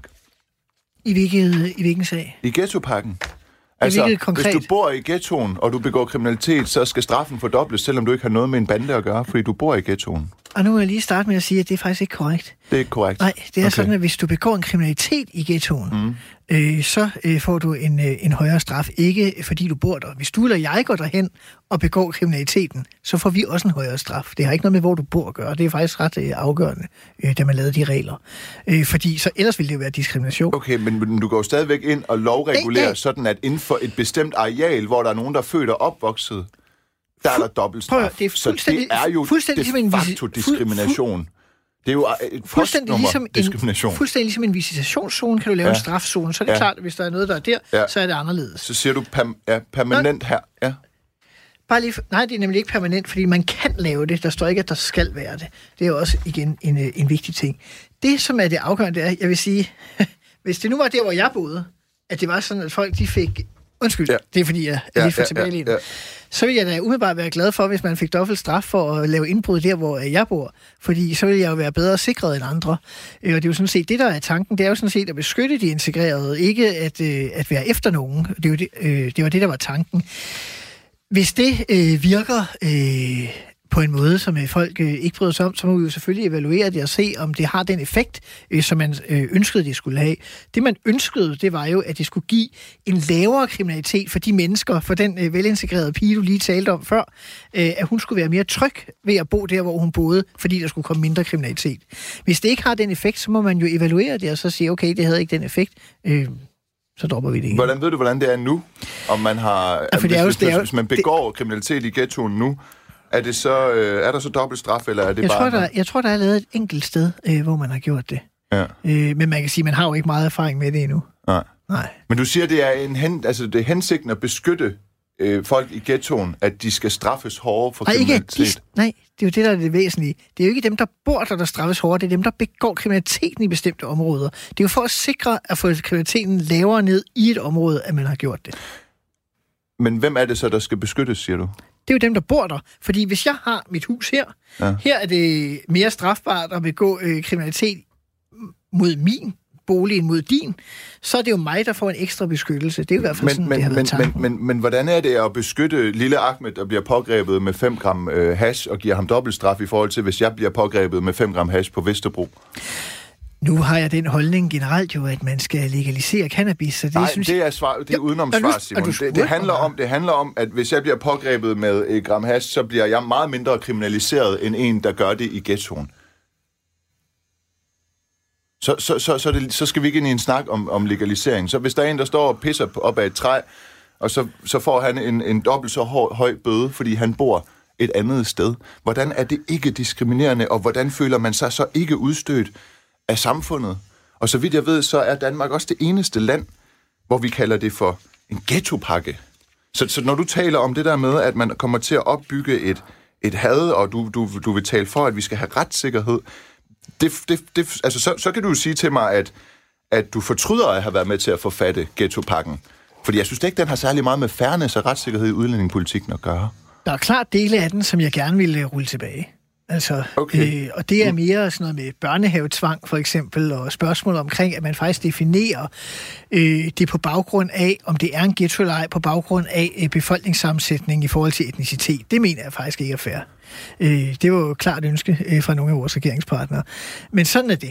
I hvilket, i hvilken sag? I ghettopakken. Altså, hvis du bor i ghettoen, og du begår kriminalitet, så skal straffen fordobles, selvom du ikke har noget med en bande at gøre, fordi du bor i ghettoen. Og nu vil jeg lige starte med at sige, at det er faktisk ikke korrekt. Det er ikke korrekt? Nej, det er okay. Sådan, at hvis du begår en kriminalitet i ghettoen, mm. øh, så øh, får du en, øh, en højere straf, ikke fordi du bor der. Hvis du eller jeg går derhen og begår kriminaliteten, så får vi også en højere straf. Det har ikke noget med, hvor du bor at gøre. Det er faktisk ret øh, afgørende, øh, da man lavede de regler. Øh, fordi så ellers ville det jo være diskrimination. Okay, men, men du går stadigvæk ind og lovregulerer, hey, hey. sådan at inden for et bestemt areal, hvor der er nogen, der er født og opvokset, der er der dobbelt straf. Det er så det er jo de facto diskrimination. Det er jo et fuldstændig ligesom diskrimination. En, fuldstændig ligesom en visitationszone, kan du lave ja. en strafzone. Så er det ja. klart, at hvis der er noget, der er der, ja. så er det anderledes. Så siger du pam- ja, permanent Nå, her. Ja. Bare lige, nej, det er nemlig ikke permanent, fordi man kan lave det. Der står ikke, at der skal være det. Det er jo også igen en, en vigtig ting. Det, som er det afgørende, er, jeg vil sige, hvis det nu var der, hvor jeg boede, at det var sådan, at folk de fik... Undskyld, ja. det er fordi, jeg er ja, lige for ja, tilbage lige ja, ja. Så vil jeg da umiddelbart være glad for, hvis man fik dobbelt straf for at lave indbrud der, hvor jeg bor. Fordi så vil jeg jo være bedre sikret end andre. Og det er jo sådan set det, der er tanken. Det er jo sådan set at beskytte de integrerede, ikke at, at være efter nogen. Det, er jo det, det var det, der var tanken. Hvis det øh, virker... Øh, på en måde, som folk øh, ikke bryder sig om, så må vi jo selvfølgelig evaluere det og se, om det har den effekt, øh, som man øh, ønskede, det skulle have. Det, man ønskede, det var jo, at det skulle give en lavere kriminalitet for de mennesker, for den øh, velintegrerede pige, du lige talte om før, øh, at hun skulle være mere tryg ved at bo der, hvor hun boede, fordi der skulle komme mindre kriminalitet. Hvis det ikke har den effekt, så må man jo evaluere det og så sige, okay, det havde ikke den effekt, øh, så dropper vi det ikke. Hvordan ved du, hvordan det er nu? Om man har... Ja, hvis, jo, hvis, hvis, hvis man begår det, kriminalitet i ghettoen nu, Er, det så, øh, er der så dobbelt straf, eller er det jeg bare... Tror, der, jeg tror, der er lavet et enkelt sted, øh, hvor man har gjort det. Ja. Øh, men man kan sige, man har jo ikke meget erfaring med det endnu. Nej. Nej. Men du siger, det er en hen, altså det er hensigten at beskytte øh, folk i ghettoen, at de skal straffes hårdere for nej, kriminalitet? Ikke, de, nej, det er jo det, der er det væsentlige. Det er jo ikke dem, der bor der, der straffes hårdere. Det er dem, der begår kriminaliteten i bestemte områder. Det er jo for at sikre, at få kriminaliteten lavere ned i et område, at man har gjort det. Men hvem er det så, der skal beskyttes, siger du? Det er jo dem, der bor der. Fordi hvis jeg har mit hus her, ja. her er det mere strafbart at begå øh, kriminalitet mod min boligen mod din, så er det jo mig, der får en ekstra beskyttelse. Det er jo i hvert fald men, sådan, men, det har været men, men, men, men hvordan er det at beskytte lille Ahmed, der bliver pågrebet med fem gram øh, hash, og giver ham dobbeltstraf i forhold til, hvis jeg bliver pågrebet med fem gram hash på Vesterbro? Nu har jeg den holdning generelt jo, at man skal legalisere cannabis. Så det, Nej, synes det er, svar, det er udenom svar, Simon. Det, det, handler om, det handler om, at hvis jeg bliver pågrebet med et gram hash, så bliver jeg meget mindre kriminaliseret end en, der gør det i ghettoen. Så, så, så, så, det, så skal vi ikke ind i en snak om, om legalisering. Så hvis der er en, der står og pisser op af et træ, og så, så får han en, en dobbelt så høj, høj bøde, fordi han bor et andet sted. Hvordan er det ikke diskriminerende, og hvordan føler man sig så ikke udstødt af samfundet? Og så vidt jeg ved, så er Danmark også det eneste land, hvor vi kalder det for en ghettopakke. Så, så når du taler om det der med, at man kommer til at opbygge et, et had, og du, du, du vil tale for, at vi skal have retssikkerhed, det, det, det, altså, så, så kan du jo sige til mig, at, at du fortryder at have været med til at forfatte ghettopakken. Fordi jeg synes ikke, den har særlig meget med fairness og retssikkerhed i udlændingepolitikken at gøre. Der er klart dele af den, som jeg gerne ville rulle tilbage. Altså, okay. øh, og det er mere sådan noget med børnehavetvang, for eksempel, og spørgsmål omkring, at man faktisk definerer øh, det på baggrund af, om det er en ghetto eller ej, på baggrund af øh, befolkningssammensætning i forhold til etnicitet. Det mener jeg faktisk ikke er fair. Øh, det var jo et klart ønske øh, fra nogle af vores regeringspartnere. Men sådan er det.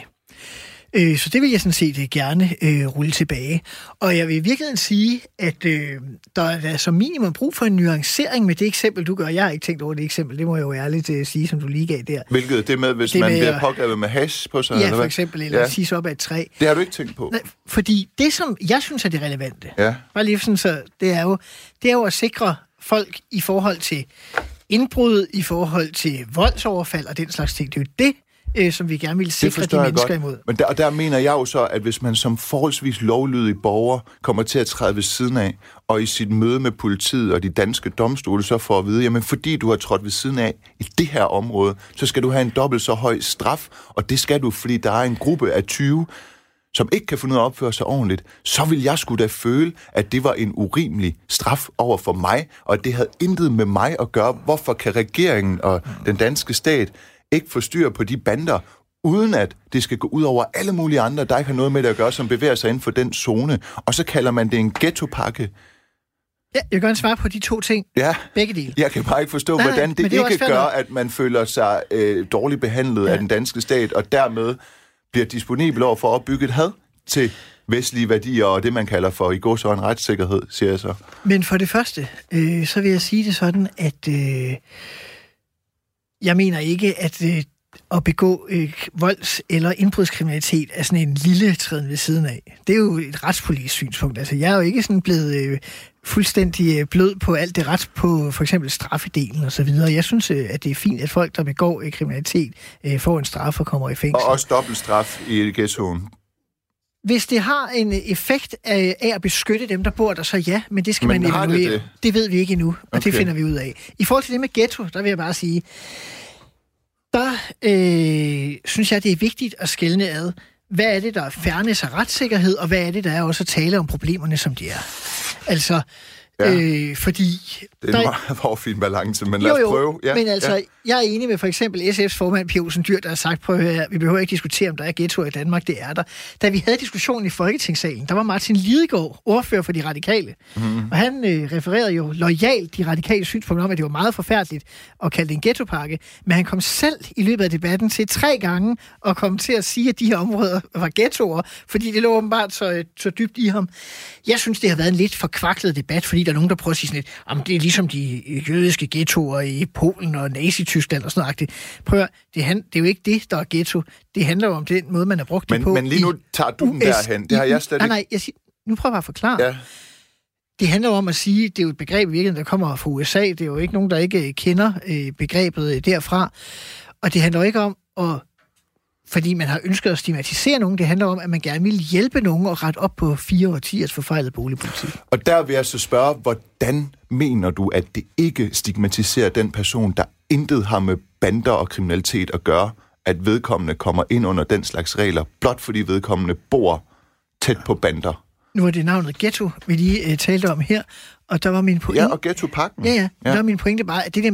Øh, så det vil jeg sådan set gerne øh, rulle tilbage. Og jeg vil i virkeligheden sige, at øh, der er som minimum brug for en nuancering med det eksempel, du gør. Jeg har ikke tænkt over det eksempel, det må jeg jo ærligt øh, sige, som du lige gav der. Hvilket det med, hvis det man med, bliver pågrebet med hash på sig? Ja, eller for eksempel, eller ja. Sis op af et træ. Det har du ikke tænkt på? Nej, fordi det, som jeg synes er det relevante, ja. bare lige sådan, så det er, jo, det er jo at sikre folk i forhold til indbrud, i forhold til voldsoverfald og den slags ting. Det er jo det, Øh, som vi gerne vil sikre de mennesker godt. Imod. Men der, og der mener jeg jo så, at hvis man som forholdsvis lovlydig borger kommer til at træde ved siden af, og i sit møde med politiet og de danske domstole så får at vide, jamen fordi du har trådt ved siden af i det her område, så skal du have en dobbelt så høj straf, og det skal du, fordi der er en gruppe af tyve, som ikke kan finde ud af at opføre sig ordentligt, så vil jeg sgu da føle, at det var en urimelig straf over for mig, og at det havde intet med mig at gøre. Hvorfor kan regeringen og den danske stat ikke få styr på de bander, uden at det skal gå ud over alle mulige andre, der ikke har noget med det at gøre, som bevæger sig inden for den zone. Og så kalder man det en ghettopakke. Ja, jeg kan gerne svare på de to ting. Ja. Begge dele. Jeg kan bare ikke forstå, nej, hvordan det, det ikke gør, at man føler sig øh, dårligt behandlet ja. Af den danske stat, og dermed bliver disponibel over for at opbygge et had til vestlige værdier, og det, man kalder for i går så en retssikkerhed, siger jeg så. Men for det første, øh, så vil jeg sige det sådan, at øh, jeg mener ikke, at øh, at begå øh, volds- eller indbrudskriminalitet er sådan en lille træden ved siden af. Det er jo et retspolitisk synspunkt. Altså, jeg er jo ikke sådan blevet øh, fuldstændig øh, blød på alt det ret på for eksempel straffedelen og så videre. Jeg synes, øh, at det er fint, at folk, der begår øh, kriminalitet, øh, får en straf og kommer i fængsel. Og også dobbelt straf i ghettoen. Hvis det har en effekt af, af at beskytte dem, der bor der, så ja, men det skal men man evaluere. Det, det? det ved vi ikke endnu, og okay. Det finder vi ud af. I forhold til det med ghetto, der vil jeg bare sige, der øh, synes jeg, det er vigtigt at skelne ad, hvad er det, der er fairness og retssikkerhed, og hvad er det, der er også at tale om problemerne, som de er. Altså, ja. øh, fordi... Det er der, en meget, meget fin balance, men lad jo, os jo, prøve. Ja, men altså, ja. Jeg er enig med for eksempel S F's formand, Pia Olsen Dyhr, der har sagt, prøv at høre, vi behøver ikke diskutere, om der er ghettoer i Danmark, det er der. Da vi havde diskussionen i Folketingssalen, der var Martin Lidegaard, ordfører for de radikale, mm-hmm. og han øh, refererede jo loyalt de radikale synspunkter om, at det var meget forfærdeligt at kalde det en ghettopakke, men han kom selv i løbet af debatten til tre gange og kom til at sige, at de her områder var ghettoer, fordi det lå åbenbart så, så dybt i ham. Jeg synes, det har været en lidt forkvaklet debat, fordi der er nogen, der prøver at sige sådan lidt, om det er ligesom de jødiske ghettoer i Polen og Nazi-Tyskland og sådan noget. Prøv at, det, han, det er jo ikke det, der er ghetto. Det handler jo om den måde, man har brugt men, det på. Men lige nu tager du den derhen. Det har jeg slet ikke... Nej, nej, jeg siger, nu prøver jeg bare at forklare. Ja. Det handler om at sige, det er jo et begreb i virkeligheden, der kommer fra U S A. Det er jo ikke nogen, der ikke kender øh, begrebet derfra. Og det handler ikke om at fordi man har ønsket at stigmatisere nogen. Det handler om, at man gerne vil hjælpe nogen og rette op på fire årtiers forfejlet boligpolitik. Og der vil jeg så spørge, hvordan mener du, at det ikke stigmatiserer den person, der intet har med bander og kriminalitet at gøre, at vedkommende kommer ind under den slags regler, blot fordi vedkommende bor tæt på bander? Nu er det navnet ghetto, vi lige uh, talte om her, og der var min pointe... Ja, og ghettopakken. Ja, ja, ja. Der var min pointe bare, at det der med,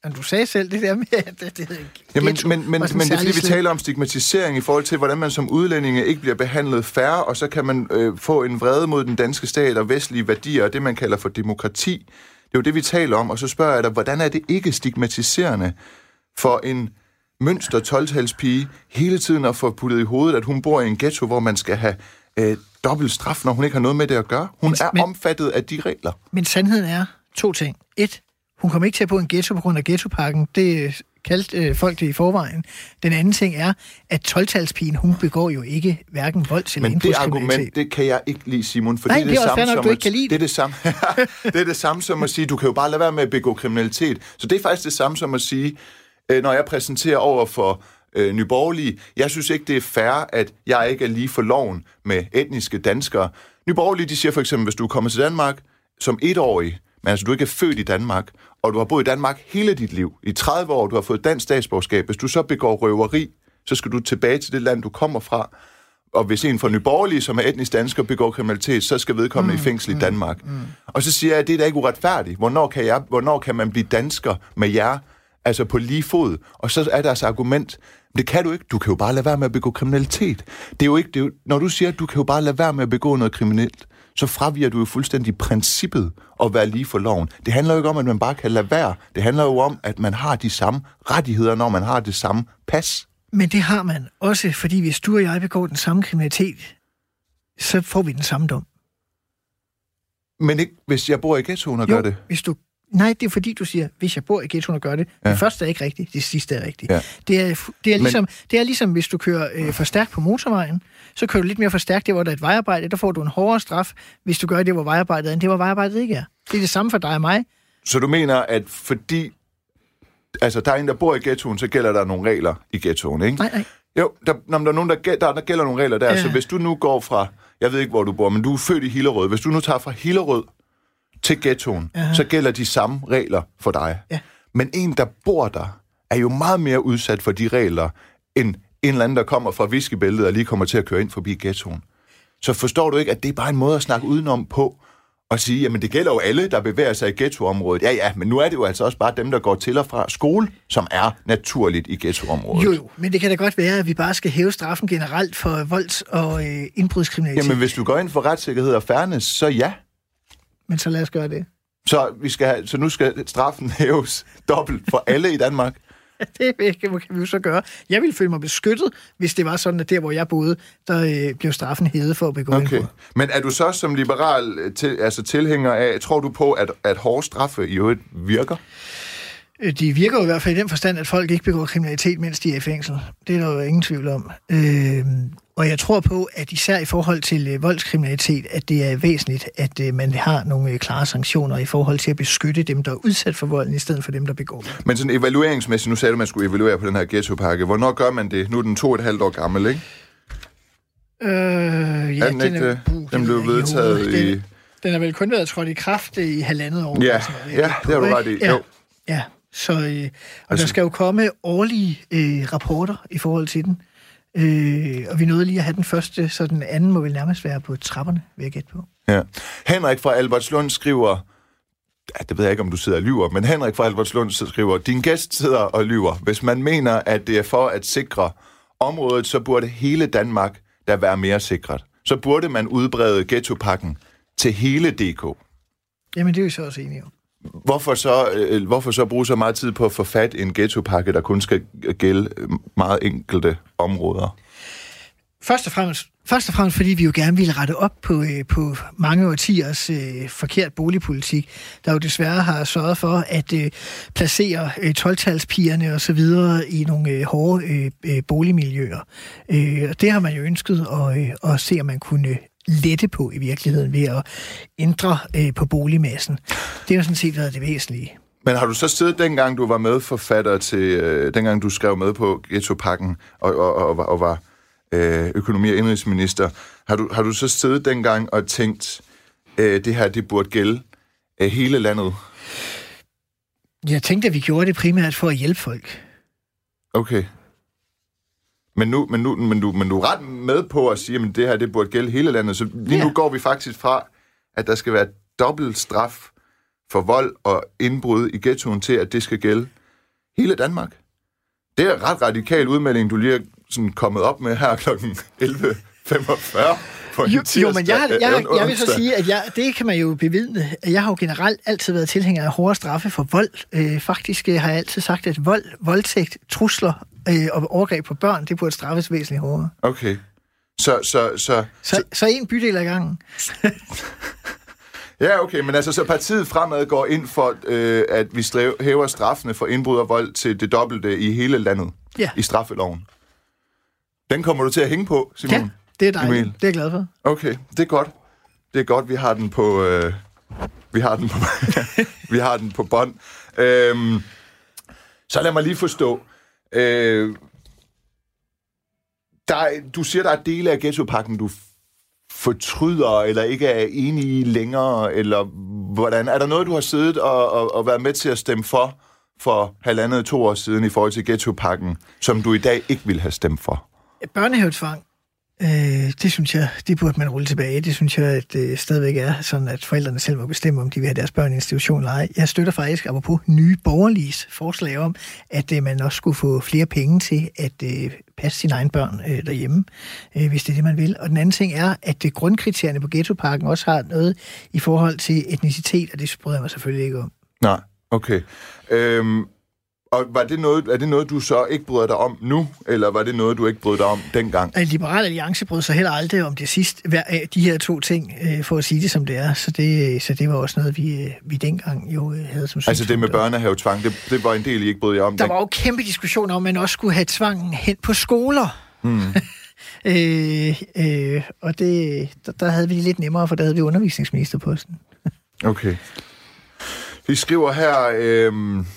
Men du sagde selv det der med, at det, det ja, men, men, men, men det er fordi, vi taler om stigmatisering i forhold til, hvordan man som udlændinge ikke bliver behandlet fair, og så kan man øh, få en vrede mod den danske stat og vestlige værdier, og det, man kalder for demokrati. Det er jo det, vi taler om, og så spørger jeg dig, hvordan er det ikke stigmatiserende for en mønster tolv-talspige hele tiden at få puttet i hovedet, at hun bor i en ghetto, hvor man skal have øh, dobbelt straf, når hun ikke har noget med det at gøre? Hun men, er men, omfattet af de regler. Men sandheden er to ting. Et, hun kommer ikke til at bo i en ghetto på grund af ghettopakken. Det kaldte øh, folk det i forvejen. Den anden ting er, at tolv-talspigen, hun begår jo ikke hverken volds- eller indbrudskriminalitet. Men det argument, det kan jeg ikke lide, Simon. For Nej, det er det er det også samme, nok, du ikke kan lide det. Er det, samme, det er det samme som at sige, du kan jo bare lade være med at begå kriminalitet. Så det er faktisk det samme som at sige, øh, når jeg præsenterer over for øh, Nye Borgerlige, jeg synes ikke, det er fair, at jeg ikke er lige for loven med etniske danskere. Nye Borgerlige, de siger for eksempel, hvis du kommer til Danmark som etårig, men altså du ikke er født i Danmark, og du har boet i Danmark hele dit liv, i tredive år, du har fået dansk statsborgerskab, hvis du så begår røveri, så skal du tilbage til det land, du kommer fra. Og hvis en fra Nye Borgerlige, som er etnisk dansker, begår kriminalitet, så skal vedkommende mm, i fængsel mm, i Danmark. Mm. Og så siger jeg, at det er da ikke uretfærdigt. Hvornår kan, jeg, hvornår kan man blive dansker med jer, altså på lige fod? Og så er deres argument, det kan du ikke. Du kan jo bare lade være med at begå kriminalitet. Det er jo ikke, det er jo, når du siger, at du kan jo bare lade være med at begå noget kriminelt, så fraviger du jo fuldstændig princippet at være lige for loven. Det handler jo ikke om, at man bare kan lade være. Det handler jo om, at man har de samme rettigheder, når man har det samme pas. Men det har man også, fordi hvis du og jeg begår den samme kriminalitet, så får vi den samme dom. Men ikke, hvis jeg bor i ghettoen og jo, gør det? Hvis du... Nej, det er fordi, du siger, hvis jeg bor i ghettoen og gør det. Ja. Det første er ikke rigtigt, det sidste er rigtigt. Ja. Det, er, det, er ligesom, Men... det er ligesom, hvis du kører øh, for stærkt på motorvejen, så kører du lidt mere for stærkt, det hvor der er et vejarbejde, der får du en hårdere straf, hvis du gør det, hvor vejarbejdet er, end det, hvor vejarbejdet ikke er. Det er det samme for dig og mig. Så du mener, at fordi altså, der er en, der bor i ghettoen, så gælder der nogle regler i ghettoen, ikke? Nej, nej. Jo, der, når der er nogen, der, der, der gælder nogle regler der, ja. Så hvis du nu går fra, jeg ved ikke, hvor du bor, men du er født i Hillerød, hvis du nu tager fra Hillerød til ghettoen, uh-huh. så gælder de samme regler for dig. Ja. Men en, der bor der, er jo meget mere udsat for de regler, end en eller anden, der kommer fra whiskybæltet og lige kommer til at køre ind forbi ghettoen. Så forstår du ikke, at det er bare en måde at snakke udenom på, og sige, jamen det gælder jo alle, der bevæger sig i ghettoområdet. Ja, ja, men nu er det jo altså også bare dem, der går til og fra skole, som er naturligt i ghettoområdet. Jo, jo, men det kan da godt være, at vi bare skal hæve straffen generelt for volds- og øh, indbrudskriminalitet. Jamen hvis du går ind for retssikkerhed og fairness, så ja. Men så lad os gøre det. Så, vi skal have, så nu skal straffen hæves dobbelt for alle i Danmark? Det kan vi jo så gøre. Jeg ville føle mig beskyttet, hvis det var sådan, at der, hvor jeg boede, der øh, blev straffen hævet for at begå okay. indbrud. Men er du så som liberal til, altså tilhænger af, tror du på, at, at hårde straffe i øvrigt virker? De virker jo i hvert fald i den forstand, at folk ikke begår kriminalitet, mens de er i fængsel. Det er der jo ingen tvivl om. Øh, og jeg tror på, at især i forhold til øh, voldskriminalitet, at det er væsentligt, at øh, man har nogle øh, klare sanktioner i forhold til at beskytte dem, der er udsat for volden, i stedet for dem, der begår det. Men sådan evalueringsmæssigt, nu sagde du, at man skulle evaluere på den her ghettopakke. Hvornår gør man det? Nu er den to og et halvt år gammel, ikke? Øh, ja, er den, den, ikke, er, uh, den blev vedtaget jo, i... Den, den har vel kun været trådt i kraft i halvandet år. Ja, ja det har du ret i. Ja, jo. ja. Så, øh, og altså, der skal jo komme årlige øh, rapporter i forhold til den. Øh, og vi nåede lige at have den første, så den anden må vel nærmest være på trapperne, vil jeg gætte på. Ja. Henrik fra Albertslund skriver, ja, det ved jeg ikke, om du sidder og lyver, men Henrik fra Albertslund skriver, din gæst sidder og lyver. Hvis man mener, at det er for at sikre området, så burde hele Danmark der være mere sikret. Så burde man udbrede ghettopakken til hele D K. Jamen, det er jo så også enige om. Hvorfor så, øh, hvorfor så bruge så meget tid på at få fat i en ghettopakke, der kun skal gælde meget enkelte områder? Først og fremmest, først og fremmest fordi vi jo gerne ville rette op på, øh, på mange årtiers øh, forkert boligpolitik, der jo desværre har sørget for at øh, placere øh, tolv-talspigerne og så videre i nogle øh, hårde øh, øh, boligmiljøer. Øh, og det har man jo ønsket at, øh, at se, om man kunne lette på i virkeligheden ved at ændre øh, på boligmassen. Det har jo sådan set været det væsentlige. Men har du så siddet, dengang du var medforfatter til, øh, dengang du skrev med på ghettopakken og, og, og, og var øh, økonomi- og indrigsminister, har du, har du så siddet dengang og tænkt, øh, det her, det burde gælde øh, hele landet? Jeg tænkte, at vi gjorde det primært for at hjælpe folk. Okay. Men nu, men, nu, men, du, men du er ret med på at sige, at det her det burde gælde hele landet. Så lige ja. Nu går vi faktisk fra, at der skal være dobbelt straf for vold og indbrud i ghettoen til, at det skal gælde hele Danmark. Det er en ret radikal udmelding, du lige er sådan kommet op med her klokken elleve femogfyrre. Jo, jo, men jeg, jeg, jeg, jeg vil så sige, at jeg, det kan man jo bevidne, at jeg har jo generelt altid været tilhænger af hårde straffe for vold. Øh, faktisk øh, har jeg altid sagt, at vold, voldtægt, trusler øh, og overgreb på børn, det burde straffes væsentligt hårdere. Okay. Så, så, så, så, så en bydel ad gangen. Ja, okay, men altså så partiet Fremad går ind for, øh, at vi stræv, hæver straffene for indbrud og vold til det dobbelte i hele landet, ja. I straffeloven. Den kommer du til at hænge på, Simon? Ja, det er dejligt. Emil. Det er jeg glad for. Okay, det er godt. Det er godt, vi har den på, øh, vi har den på, vi har den på bånd. Øhm, så lad mig lige forstå. Øh, der er, du siger, der er dele af ghettopakken, du fortryder, eller ikke er enig i længere, eller hvordan? Er der noget, du har siddet og, og, og været med til at stemme for, for halvandet to år siden i forhold til ghettopakken, som du i dag ikke vil have stemt for? Børnehavetvang, øh, det synes jeg, det burde man rulle tilbage. Det synes jeg, at det stadigvæk er sådan, at forældrene selv må bestemme, om de vil have deres børn i institution eller ej. Jeg støtter faktisk, apropos nye borgerliges forslag om, at øh, man også skulle få flere penge til at øh, passe sine egne børn øh, derhjemme, øh, hvis det er det, man vil. Og den anden ting er, at øh, grundkriterierne på ghettopakken også har noget i forhold til etnicitet, og det bryder jeg mig selvfølgelig ikke om. Nej, okay. Øhm, og var det noget, er det noget, du så ikke bryder dig om nu, eller var det noget, du ikke brød dig om dengang? Liberal Alliance brød sig heller aldrig om det sidste, de her to ting, for at sige det som det er. Så det, så det var også noget, vi, vi dengang jo havde som synspunkt. Altså det med børnehavetvang, det, det var en del, I ikke brød jer om? Der var jo kæmpe diskussioner om, at man også skulle have tvangen hen på skoler. Hmm. øh, øh, og det, der, der havde vi det lidt nemmere, for der havde vi undervisningsministerposten. Okay. Vi skriver her... Øh...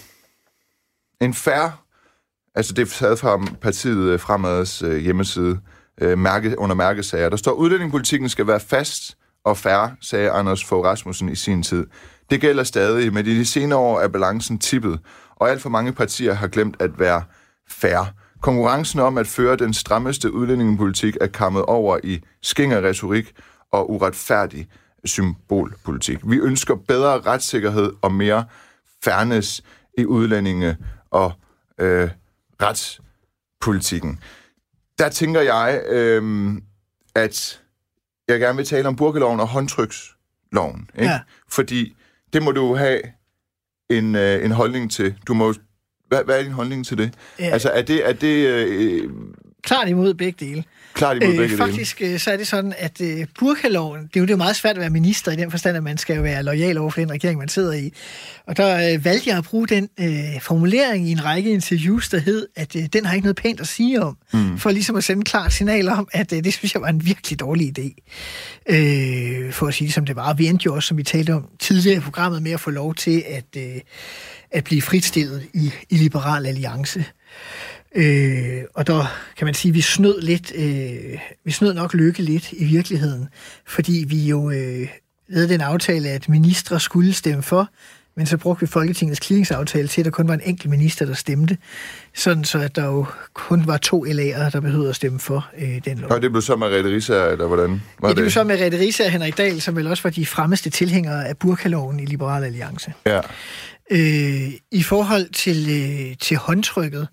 En fair, altså det er taget fra partiet Fremads øh, hjemmeside, øh, mærke, under mærkesager. Der står, udlændingepolitikken skal være fast og fair, sagde Anders Fogh Rasmussen i sin tid. Det gælder stadig, men i de senere år er balancen tippet, og alt for mange partier har glemt at være fair. Konkurrencen om at føre den strammeste udlændingepolitik er kommet over i skingre-retorik og uretfærdig symbolpolitik. Vi ønsker bedre retssikkerhed og mere fairness i udlændinge- og øh, retspolitikken. Der tænker jeg, øh, at jeg gerne vil tale om burkeloven og håndtryksloven. Ikke? Ja. Fordi det må du have en, øh, en holdning til. Du må, hvad, hvad er din holdning til det? Ja. Altså, er det... Er det øh, klart imod begge dele. Klart imod begge øh, faktisk, dele. Faktisk så er det sådan, at øh, burkaloven, det er jo det er meget svært at være minister i den forstand, at man skal jo være lojal over for den regering, man sidder i. Og der øh, valgte jeg at bruge den øh, formulering i en række interviews, der hed, at øh, den har ikke noget pænt at sige om, mm. for ligesom at sende en klart signal om, at øh, det synes jeg var en virkelig dårlig idé. Øh, for at sige det som det var. Vi endte jo også, som vi talte om tidligere i programmet, med at få lov til at, øh, at blive fritstillet i, i Liberal Alliance. Øh, og der kan man sige, at vi snød lidt, øh, vi snød nok Løkke lidt i virkeligheden, fordi vi jo øh, lavede den aftale, at ministre skulle stemme for, men så brugte vi Folketingets clearingsaftale til, at der kun var en enkelt minister, der stemte, sådan så at der jo kun var to L A'ere, der behøvede at stemme for øh, den lov. Og det blev så Merete Riisager, eller hvordan var ja, det? det blev så Merete Riisager og Henrik Dahl, som vel også var de fremmeste tilhængere af burkaloven i Liberal Alliance. Ja. Øh, I forhold til, øh, til håndtrykket,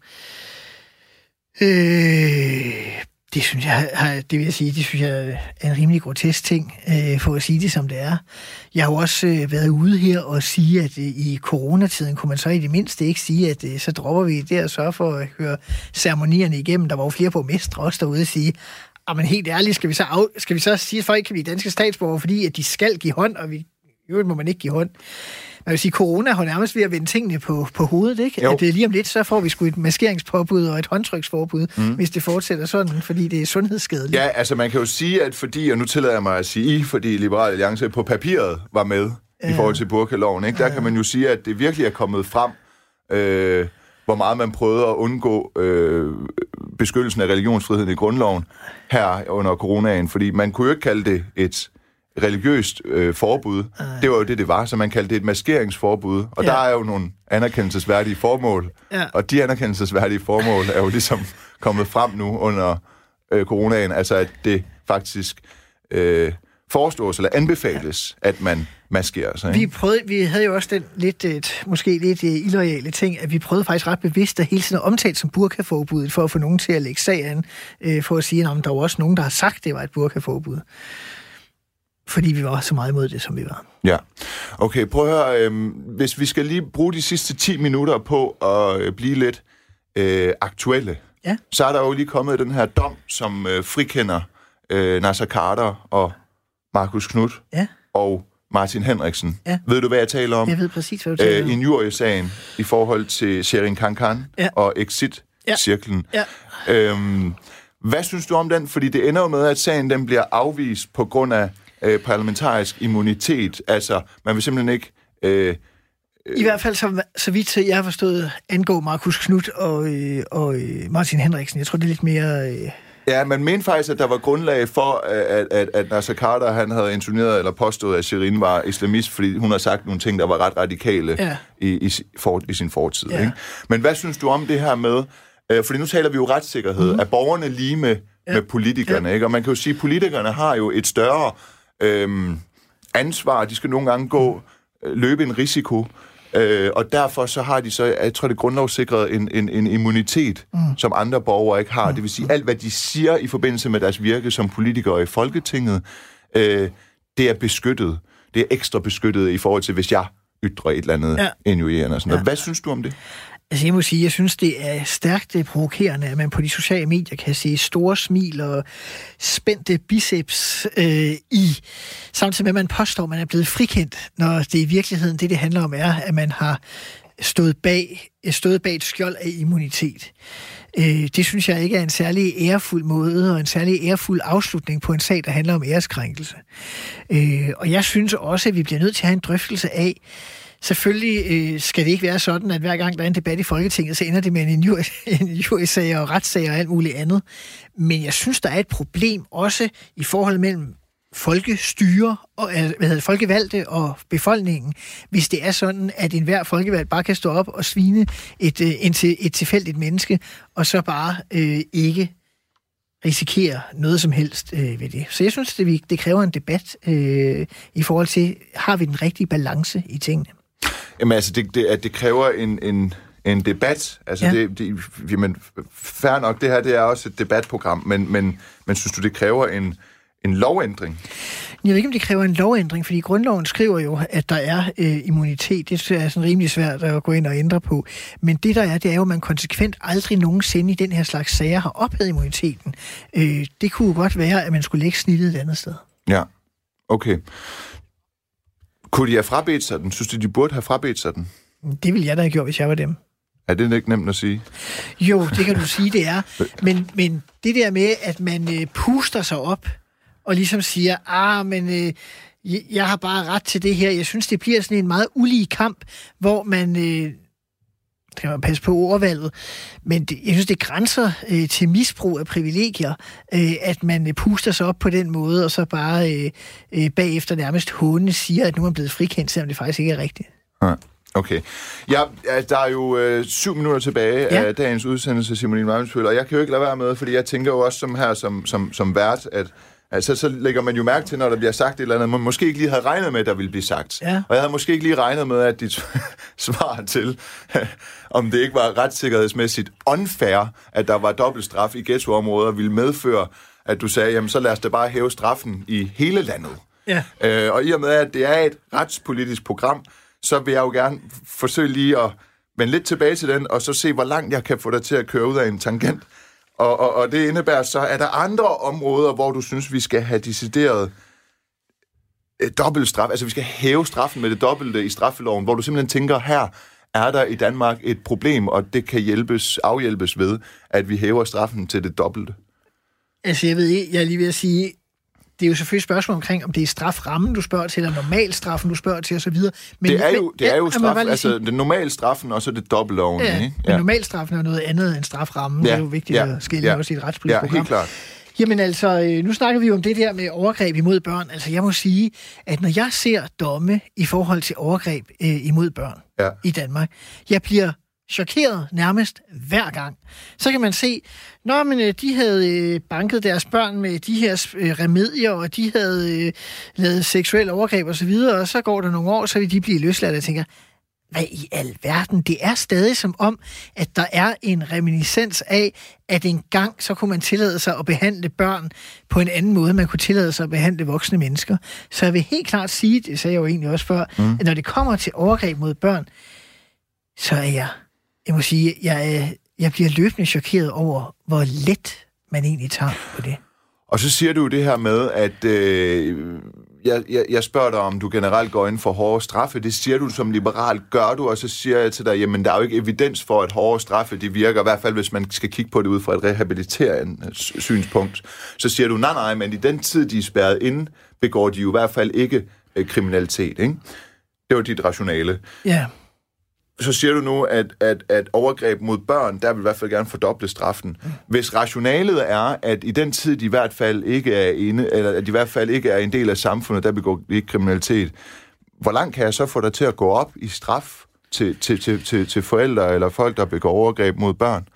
Øh, det synes jeg, det vil jeg sige, det synes jeg er en rimelig grotesk ting, øh, for at sige det som det er. Jeg har jo også øh, været ude her og sige, at øh, i coronatiden kunne man så i det mindste ikke sige, at øh, så dropper vi det og sørge for at høre ceremonierne igennem. Der var jo flere borgmestre også derude og sige, men helt ærligt, skal vi så, af, skal vi så sige, at folk kan blive danske statsborgere, fordi at de skal give hånd, og vi, jo må man ikke give hånd. Man vil sige, corona har nærmest ved at vende tingene på, på hovedet, ikke? Jo. At det lige om lidt, så får vi sgu et maskeringspåbud og et håndtryksforbud, mm. hvis det fortsætter sådan, fordi det er sundhedsskadeligt. Ja, altså man kan jo sige, at fordi, og nu tillader jeg mig at sige I, fordi Liberal Alliance på papiret var med ja. i forhold til burkaloven, ikke? Der ja. kan man jo sige, at det virkelig er kommet frem, øh, hvor meget man prøvede at undgå øh, beskyttelsen af religionsfriheden i grundloven her under coronaen, fordi man kunne jo ikke kalde det et religiøst øh, forbud. Ej. Det var jo det, det var, så man kaldte det et maskeringsforbud. Og ja. der er jo nogle anerkendelsesværdige formål. Ja. Og de anerkendelsesværdige formål er jo ligesom kommet frem nu under øh, coronaen. Altså, at det faktisk øh, foreslås eller anbefales, ja. at man maskerer sig. Vi, prøvede, vi havde jo også den lidt, et, måske lidt uh, illoyale ting, at vi prøvede faktisk ret bevidst at hele tiden omtale som burkaforbuddet, for at få nogen til at lægge sag an, uh, for at sige, at der var også nogen, der har sagt, at det var et burkaforbud. Fordi vi var så meget imod det, som vi var. Ja. Okay, prøv at høre. Øh, hvis vi skal lige bruge de sidste ti minutter på at øh, blive lidt øh, aktuelle, ja. så er der jo lige kommet den her dom, som øh, frikender øh, Naser Khader og Marcus Knuth ja. og Martin Henriksen. Ja. Ved du, hvad jeg taler om? Jeg ved præcis, hvad du taler om. Øh, injuriesagen i forhold til Sherin Khankan ja. og Exit-cirklen. Ja. Ja. Øhm, hvad synes du om den? Fordi det ender jo med, at sagen den bliver afvist på grund af øh, parlamentarisk immunitet. Altså, man vil simpelthen ikke... Øh, I hvert fald, så, så vidt jeg har forstået, angår Marcus Knuth og, øh, og øh, Martin Henriksen. Jeg tror, det er lidt mere... Øh... Ja, man mente faktisk, at der var grundlag for, at, at, at Naser Khader, han havde intoneret eller påstået, at Sherin var islamist, fordi hun har sagt nogle ting, der var ret radikale ja. i, i, for, i sin fortid. Ja. Ikke? Men hvad synes du om det her med... Øh, fordi nu taler vi jo retssikkerhed. Mm. Er borgerne lige med, ja. med politikerne? Ja. Ikke? Og man kan jo sige, at politikerne har jo et større øh, ansvar. De skal nogle gange gå, øh, løbe en risiko. Øh, og derfor så har de så, jeg tror det er grundlovssikret, en, en, en immunitet, mm. som andre borgere ikke har. Mm. Det vil sige, alt hvad de siger i forbindelse med deres virke som politikere i Folketinget, øh, det er beskyttet. Det er ekstra beskyttet i forhold til, hvis jeg ytrer et eller andet ja. injurierende og sådan noget. Ja. Hvad synes du om det? Altså jeg må sige, jeg synes, det er stærkt provokerende, at man på de sociale medier kan se store smil og spændte biceps øh, i, samtidig med, at man påstår, at man er blevet frikendt, når det i virkeligheden, det det handler om, er, at man har stået bag, stået bag et skjold af immunitet. Øh, det synes jeg ikke er en særlig ærefuld måde, og en særlig ærefuld afslutning på en sag, der handler om æreskrænkelse. Øh, og jeg synes også, at vi bliver nødt til at have en drøftelse af, selvfølgelig øh, skal det ikke være sådan, at hver gang der er en debat i Folketinget, så ender det med en injuriesag og retssager og alt muligt andet. Men jeg synes, der er et problem også i forholdet mellem folkestyre og hvad hedder det, folkevalgte og befolkningen, hvis det er sådan, at enhver folkevalgt bare kan stå op og svine et, et, et tilfældigt menneske, og så bare øh, ikke risikere noget som helst øh, ved det. Så jeg synes, det, det kræver en debat øh, i forhold til, har vi den rigtige balance i tingene? Jamen altså, det, det, at det kræver en, en, en debat. Altså, ja. det, det, jamen, fair nok, det her det er også et debatprogram, men, men, men synes du, det kræver en, en lovændring? Jeg ved ikke, om det kræver en lovændring, fordi grundloven skriver jo, at der er øh, immunitet. Det er sådan rimelig svært at gå ind og ændre på. Men det, der er, det er jo, at man konsekvent aldrig nogensinde i den her slags sager har ophævet immuniteten. Øh, det kunne jo godt være, at man skulle lægge snittet et andet sted. Ja, okay. Kunne de have frabedt sig den? Synes du, de burde have frabedt sig den? Det ville jeg da have gjort, hvis jeg var dem. Er det ikke nemt at sige? Jo, det kan du sige, det er. Men, men det der med, at man øh, puster sig op, og ligesom siger, ah, men øh, jeg har bare ret til det her. Jeg synes, det bliver sådan en meget ulige kamp, hvor man, øh, kan man passe på ordvalget, men det, jeg synes, det grænser øh, til misbrug af privilegier, øh, at man øh, puster sig op på den måde, og så bare øh, øh, bagefter nærmest hånende siger, at nu er man blevet frikendt, selvom det faktisk ikke er rigtigt. Ja. Okay. Ja, der er jo øh, syv minutter tilbage ja. af dagens udsendelse, Simon Emil Ammitzbøll, og jeg kan jo ikke lade være med, fordi jeg tænker jo også som her, som, som, som vært, at altså, så lægger man jo mærke til, når der bliver sagt et eller andet, man måske ikke lige havde regnet med, at der ville blive sagt. Ja. Og jeg havde måske ikke lige regnet med, at dit svar til, om det ikke var retssikkerhedsmæssigt unfair, at der var dobbeltstraf i ghettoområder, ville medføre, at du sagde, jamen så lad os da bare hæve straffen i hele landet. Ja. Øh, og i og med, at det er et retspolitisk program, så vil jeg jo gerne forsøge lige at vende lidt tilbage til den, og så se, hvor langt jeg kan få dig til at køre ud af en tangent. Og, og, og det indebærer så, at der er andre områder, hvor du synes, vi skal have decideret eh, dobbeltstraf. Altså, vi skal hæve straffen med det dobbelte i straffeloven, hvor du simpelthen tænker, her er der i Danmark et problem, og det kan hjælpes, afhjælpes ved, at vi hæver straffen til det dobbelte. Altså, jeg ved ikke, jeg er lige ved at sige, det er jo selvfølgelig et spørgsmål omkring, om det er straframmen, du spørger til, eller normalstraffen, du spørger til, og så videre. Men, det er jo, det er jo straf, altså sige, den normalstraffen, og så det dobbelt oven. Ja, ikke? Ja. Men normalstraffen er noget andet end straframmen. Ja. Det er jo vigtigt ja. at skille ja. også i et retspolitisk ja, program. Helt klart. Jamen altså, nu snakker vi jo om det der med overgreb imod børn. Altså, jeg må sige, at når jeg ser domme i forhold til overgreb øh, imod børn ja. i Danmark, jeg bliver chokeret nærmest hver gang. Så kan man se, når man, de havde banket deres børn med de her remedier, og de havde lavet seksuelle overgreb og så videre, og så går der nogle år, så vil de blive løsladt, og jeg tænker, hvad i alverden? Det er stadig som om, at der er en reminiscens af, at engang så kunne man tillade sig at behandle børn på en anden måde, man kunne tillade sig at behandle voksne mennesker. Så jeg vil helt klart sige, det sagde jeg jo egentlig også før, mm. at når det kommer til overgreb mod børn, så er jeg, jeg må sige, jeg, jeg bliver løbende chokeret over, hvor let man egentlig tager på det. Og så siger du det her med, at øh, jeg, jeg, jeg spørger dig, om du generelt går ind for hårde straffe. Det siger du som liberal, gør du, og så siger jeg til dig, jamen der er jo ikke evidens for, at hårde straffe, de virker, i hvert fald hvis man skal kigge på det ud fra et rehabiliterende synspunkt. Så siger du, nej, nej, men i den tid, de er spærret inde, begår de jo i hvert fald ikke øh, kriminalitet, ikke? Det var dit rationale. Ja. Yeah. Så siger du nu, at, at, at overgreb mod børn, der vil i hvert fald gerne fordoble straffen. Hvis rationalet er, at i den tid, de i hvert fald ikke er inde, eller at de i hvert fald ikke er en del af samfundet, der begår ikke kriminalitet, hvor langt kan jeg så få dig til at gå op i straf til, til, til, til, til forældre eller folk, der begår overgreb mod børn?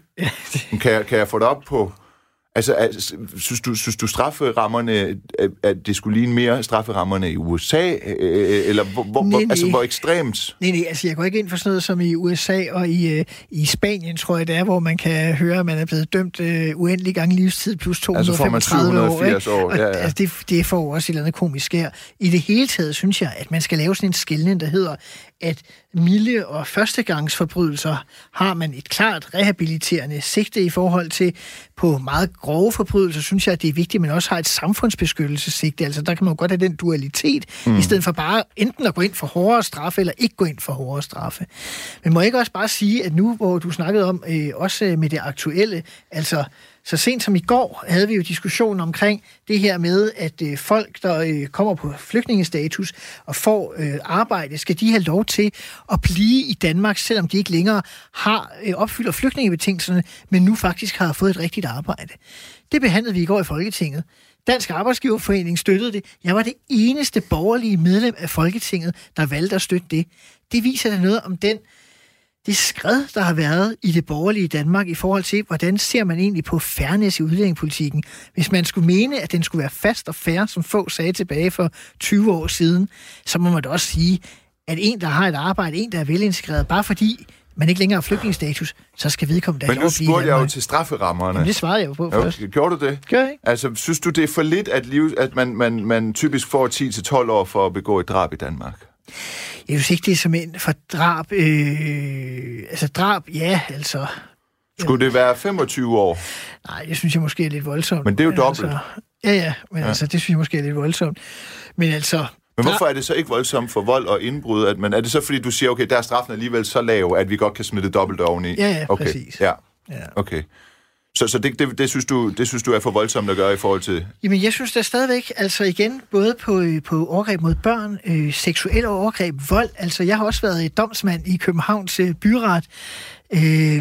Kan jeg, kan jeg få dig op på... Altså, altså synes, du, synes du strafferammerne, at det skulle ligne mere strafferammerne i U S A, eller hvor, hvor, nej, nej. Altså, hvor ekstremt? Nej, nej, altså jeg går ikke ind for sådan noget som i U S A og i, uh, i Spanien, tror jeg det er, hvor man kan høre, at man er blevet dømt uh, uendelig gange livstid plus to hundrede og femogtredive altså får man syv hundrede og firs år, år. Ja, ja. Altså det, det får også et eller andet komisk her. I det hele taget synes jeg, at man skal lave sådan en skelnen, der hedder, at milde og førstegangsforbrydelser har man et klart rehabiliterende sigte i forhold til. På meget grove forbrydelser synes jeg, at det er vigtigt, at man også har et samfundsbeskyttelsessigte. Altså der kan man jo godt have den dualitet, mm. i stedet for bare enten at gå ind for hårdere straffe, eller ikke gå ind for hårdere straffe. Men må jeg ikke også bare sige, at nu, hvor du snakkede om, øh, også med det aktuelle, altså så sent som i går havde vi jo diskussionen omkring det her med, at øh, folk, der øh, kommer på flygtningestatus og får øh, arbejde, skal de have lov til at blive i Danmark, selvom de ikke længere har øh, opfylder flygtningebetingelserne, men nu faktisk har fået et rigtigt arbejde. Det behandlede vi i går i Folketinget. Dansk Arbejdsgiverforening støttede det. Jeg var det eneste borgerlige medlem af Folketinget, der valgte at støtte det. Det viser da noget om den det skred, der har været i det borgerlige Danmark i forhold til, hvordan ser man egentlig på fairness i udlændingepolitikken. Hvis man skulle mene, at den skulle være fast og fair, som få sagde tilbage for tyve år siden, så må man da også sige, at en, der har et arbejde, en, der er velintegreret, bare fordi man ikke længere har flygtningsstatus, så skal vedkommende Men nu spurgte jeg jo til strafferammerne. Jamen, det svarede jeg jo på først. Jo, gjorde du det? Gør jeg ikke? Altså, synes du, det er for lidt, at, liv, at man, man, man typisk får ti til tolv år for at begå et drab i Danmark? Jeg synes ikke, det er som en for drab. Øh, altså drab, ja, altså... Skulle det være femogtyve år? Nej, det synes jeg måske er lidt voldsomt. Men det er jo dobbelt. Altså, ja, ja, men ja. Altså, det synes jeg måske er lidt voldsomt. Men altså... Men hvorfor er det så ikke voldsomt for vold og indbrud? At man, er det så, fordi du siger, okay, der er straffen alligevel så lav, at vi godt kan smide dobbelt oveni? Ja, ja, okay. præcis. Ja, okay. Så, så det, det, det, synes du, det synes du er for voldsomt at gøre i forhold til... Jamen, jeg synes da stadigvæk, altså igen, både på, på overgreb mod børn, øh, seksuelle overgreb, vold, altså jeg har også været domsmand i Københavns øh, byret. Øh,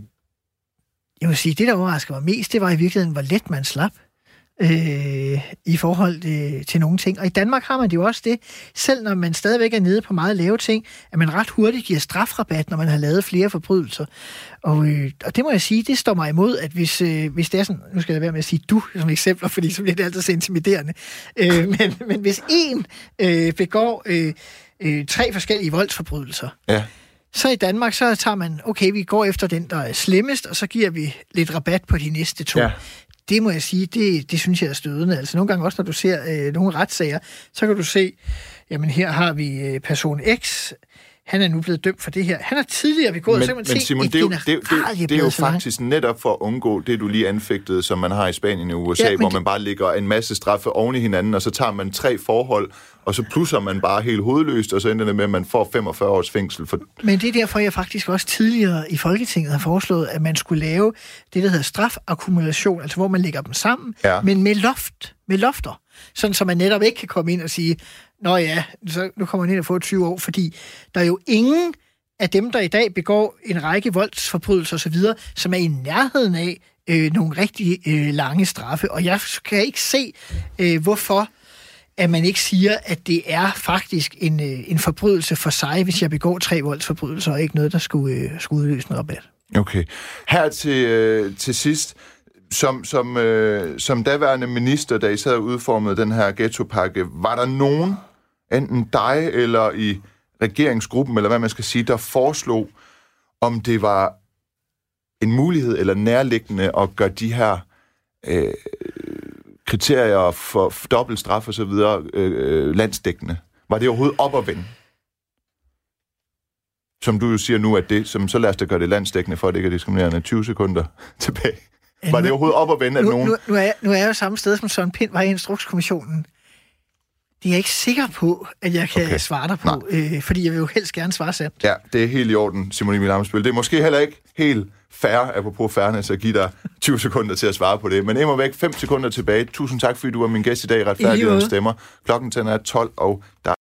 jeg må sige, det der overrasker mig mest, det var i virkeligheden, hvor let man slap øh, i forhold øh, til nogle ting. Og i Danmark har man det jo også det, selv når man stadigvæk er nede på meget lave ting, at man ret hurtigt giver strafrabat, når man har lavet flere forbrydelser. Og, øh, og det må jeg sige, det står mig imod, at hvis, øh, hvis det er sådan, nu skal jeg være med at sige du som eksempler, fordi så bliver det altid så intimiderende, øh, men, men hvis en øh, begår øh, øh, tre forskellige voldsforbrydelser, ja. Så i Danmark, så tager man, okay, vi går efter den, der er slemmest, og så giver vi lidt rabat på de næste to. Ja. Det må jeg sige, det, det synes jeg er stødende. Altså nogle gange også, når du ser øh, nogle retssager, så kan du se, jamen her har vi øh, person X, han er nu blevet dømt for det her. Han har tidligere begået, men, så kan man men se Simon, et det, er jo, det, det, det er jo faktisk netop for at undgå det, du lige anfægtede, som man har i Spanien og U S A, ja, hvor det... man bare lægger en masse straffe oven i hinanden, og så tager man tre forhold, og så plusser man bare helt hovedløst, og så ender det med, at man får femogfyrre års fængsel. For... Men det er derfor, jeg faktisk også tidligere i Folketinget har foreslået, at man skulle lave det, der hedder strafakkumulation, altså hvor man lægger dem sammen, ja. men med loft, med lofter, sådan så man netop ikke kan komme ind og sige, nå ja, så nu kommer man ind og får tyve år, fordi der er jo ingen af dem, der i dag begår en række voldsforbrydelser osv., som er i nærheden af øh, nogle rigtig øh, lange straffe. Og jeg kan ikke se, øh, hvorfor at man ikke siger, at det er faktisk en, en forbrydelse for sig, hvis jeg begår tre voldsforbrydelser, og ikke noget, der skulle, skulle udløse en rabat. Okay. Her til, øh, til sidst, som, som, øh, som daværende minister, da I sad og udformede den her ghettopakke, var der nogen, enten dig eller i regeringsgruppen, eller hvad man skal sige, der foreslog, om det var en mulighed eller nærliggende at gøre de her øh, kriterier for, for dobbeltstraf og så videre øh, landsdækkende? Var det overhovedet op at vende? Som du jo siger nu, at det, som så lad os da gøre det landsdækkende, for at det ikke er diskriminerende tyve sekunder tilbage. Var nu, det overhovedet op at vende, at nu, nogen... Nu, nu, er jeg, nu er jeg jo samme sted, som Søren Pind var i Instrukskommissionen. Det er jeg ikke sikker på, at jeg kan okay. svare dig på, øh, fordi jeg vil jo helst gerne svare sandt. Ja, det er helt i orden, Simon Emil Ammitzbøll. Det er måske heller ikke helt fair, apropos fairness, at give dig tyve sekunder til at svare på det. Men immer væk, fem sekunder tilbage. Tusind tak, fordi du var min gæst i dag i Retfærdighedens Stemmer. Klokken den er tolv, og der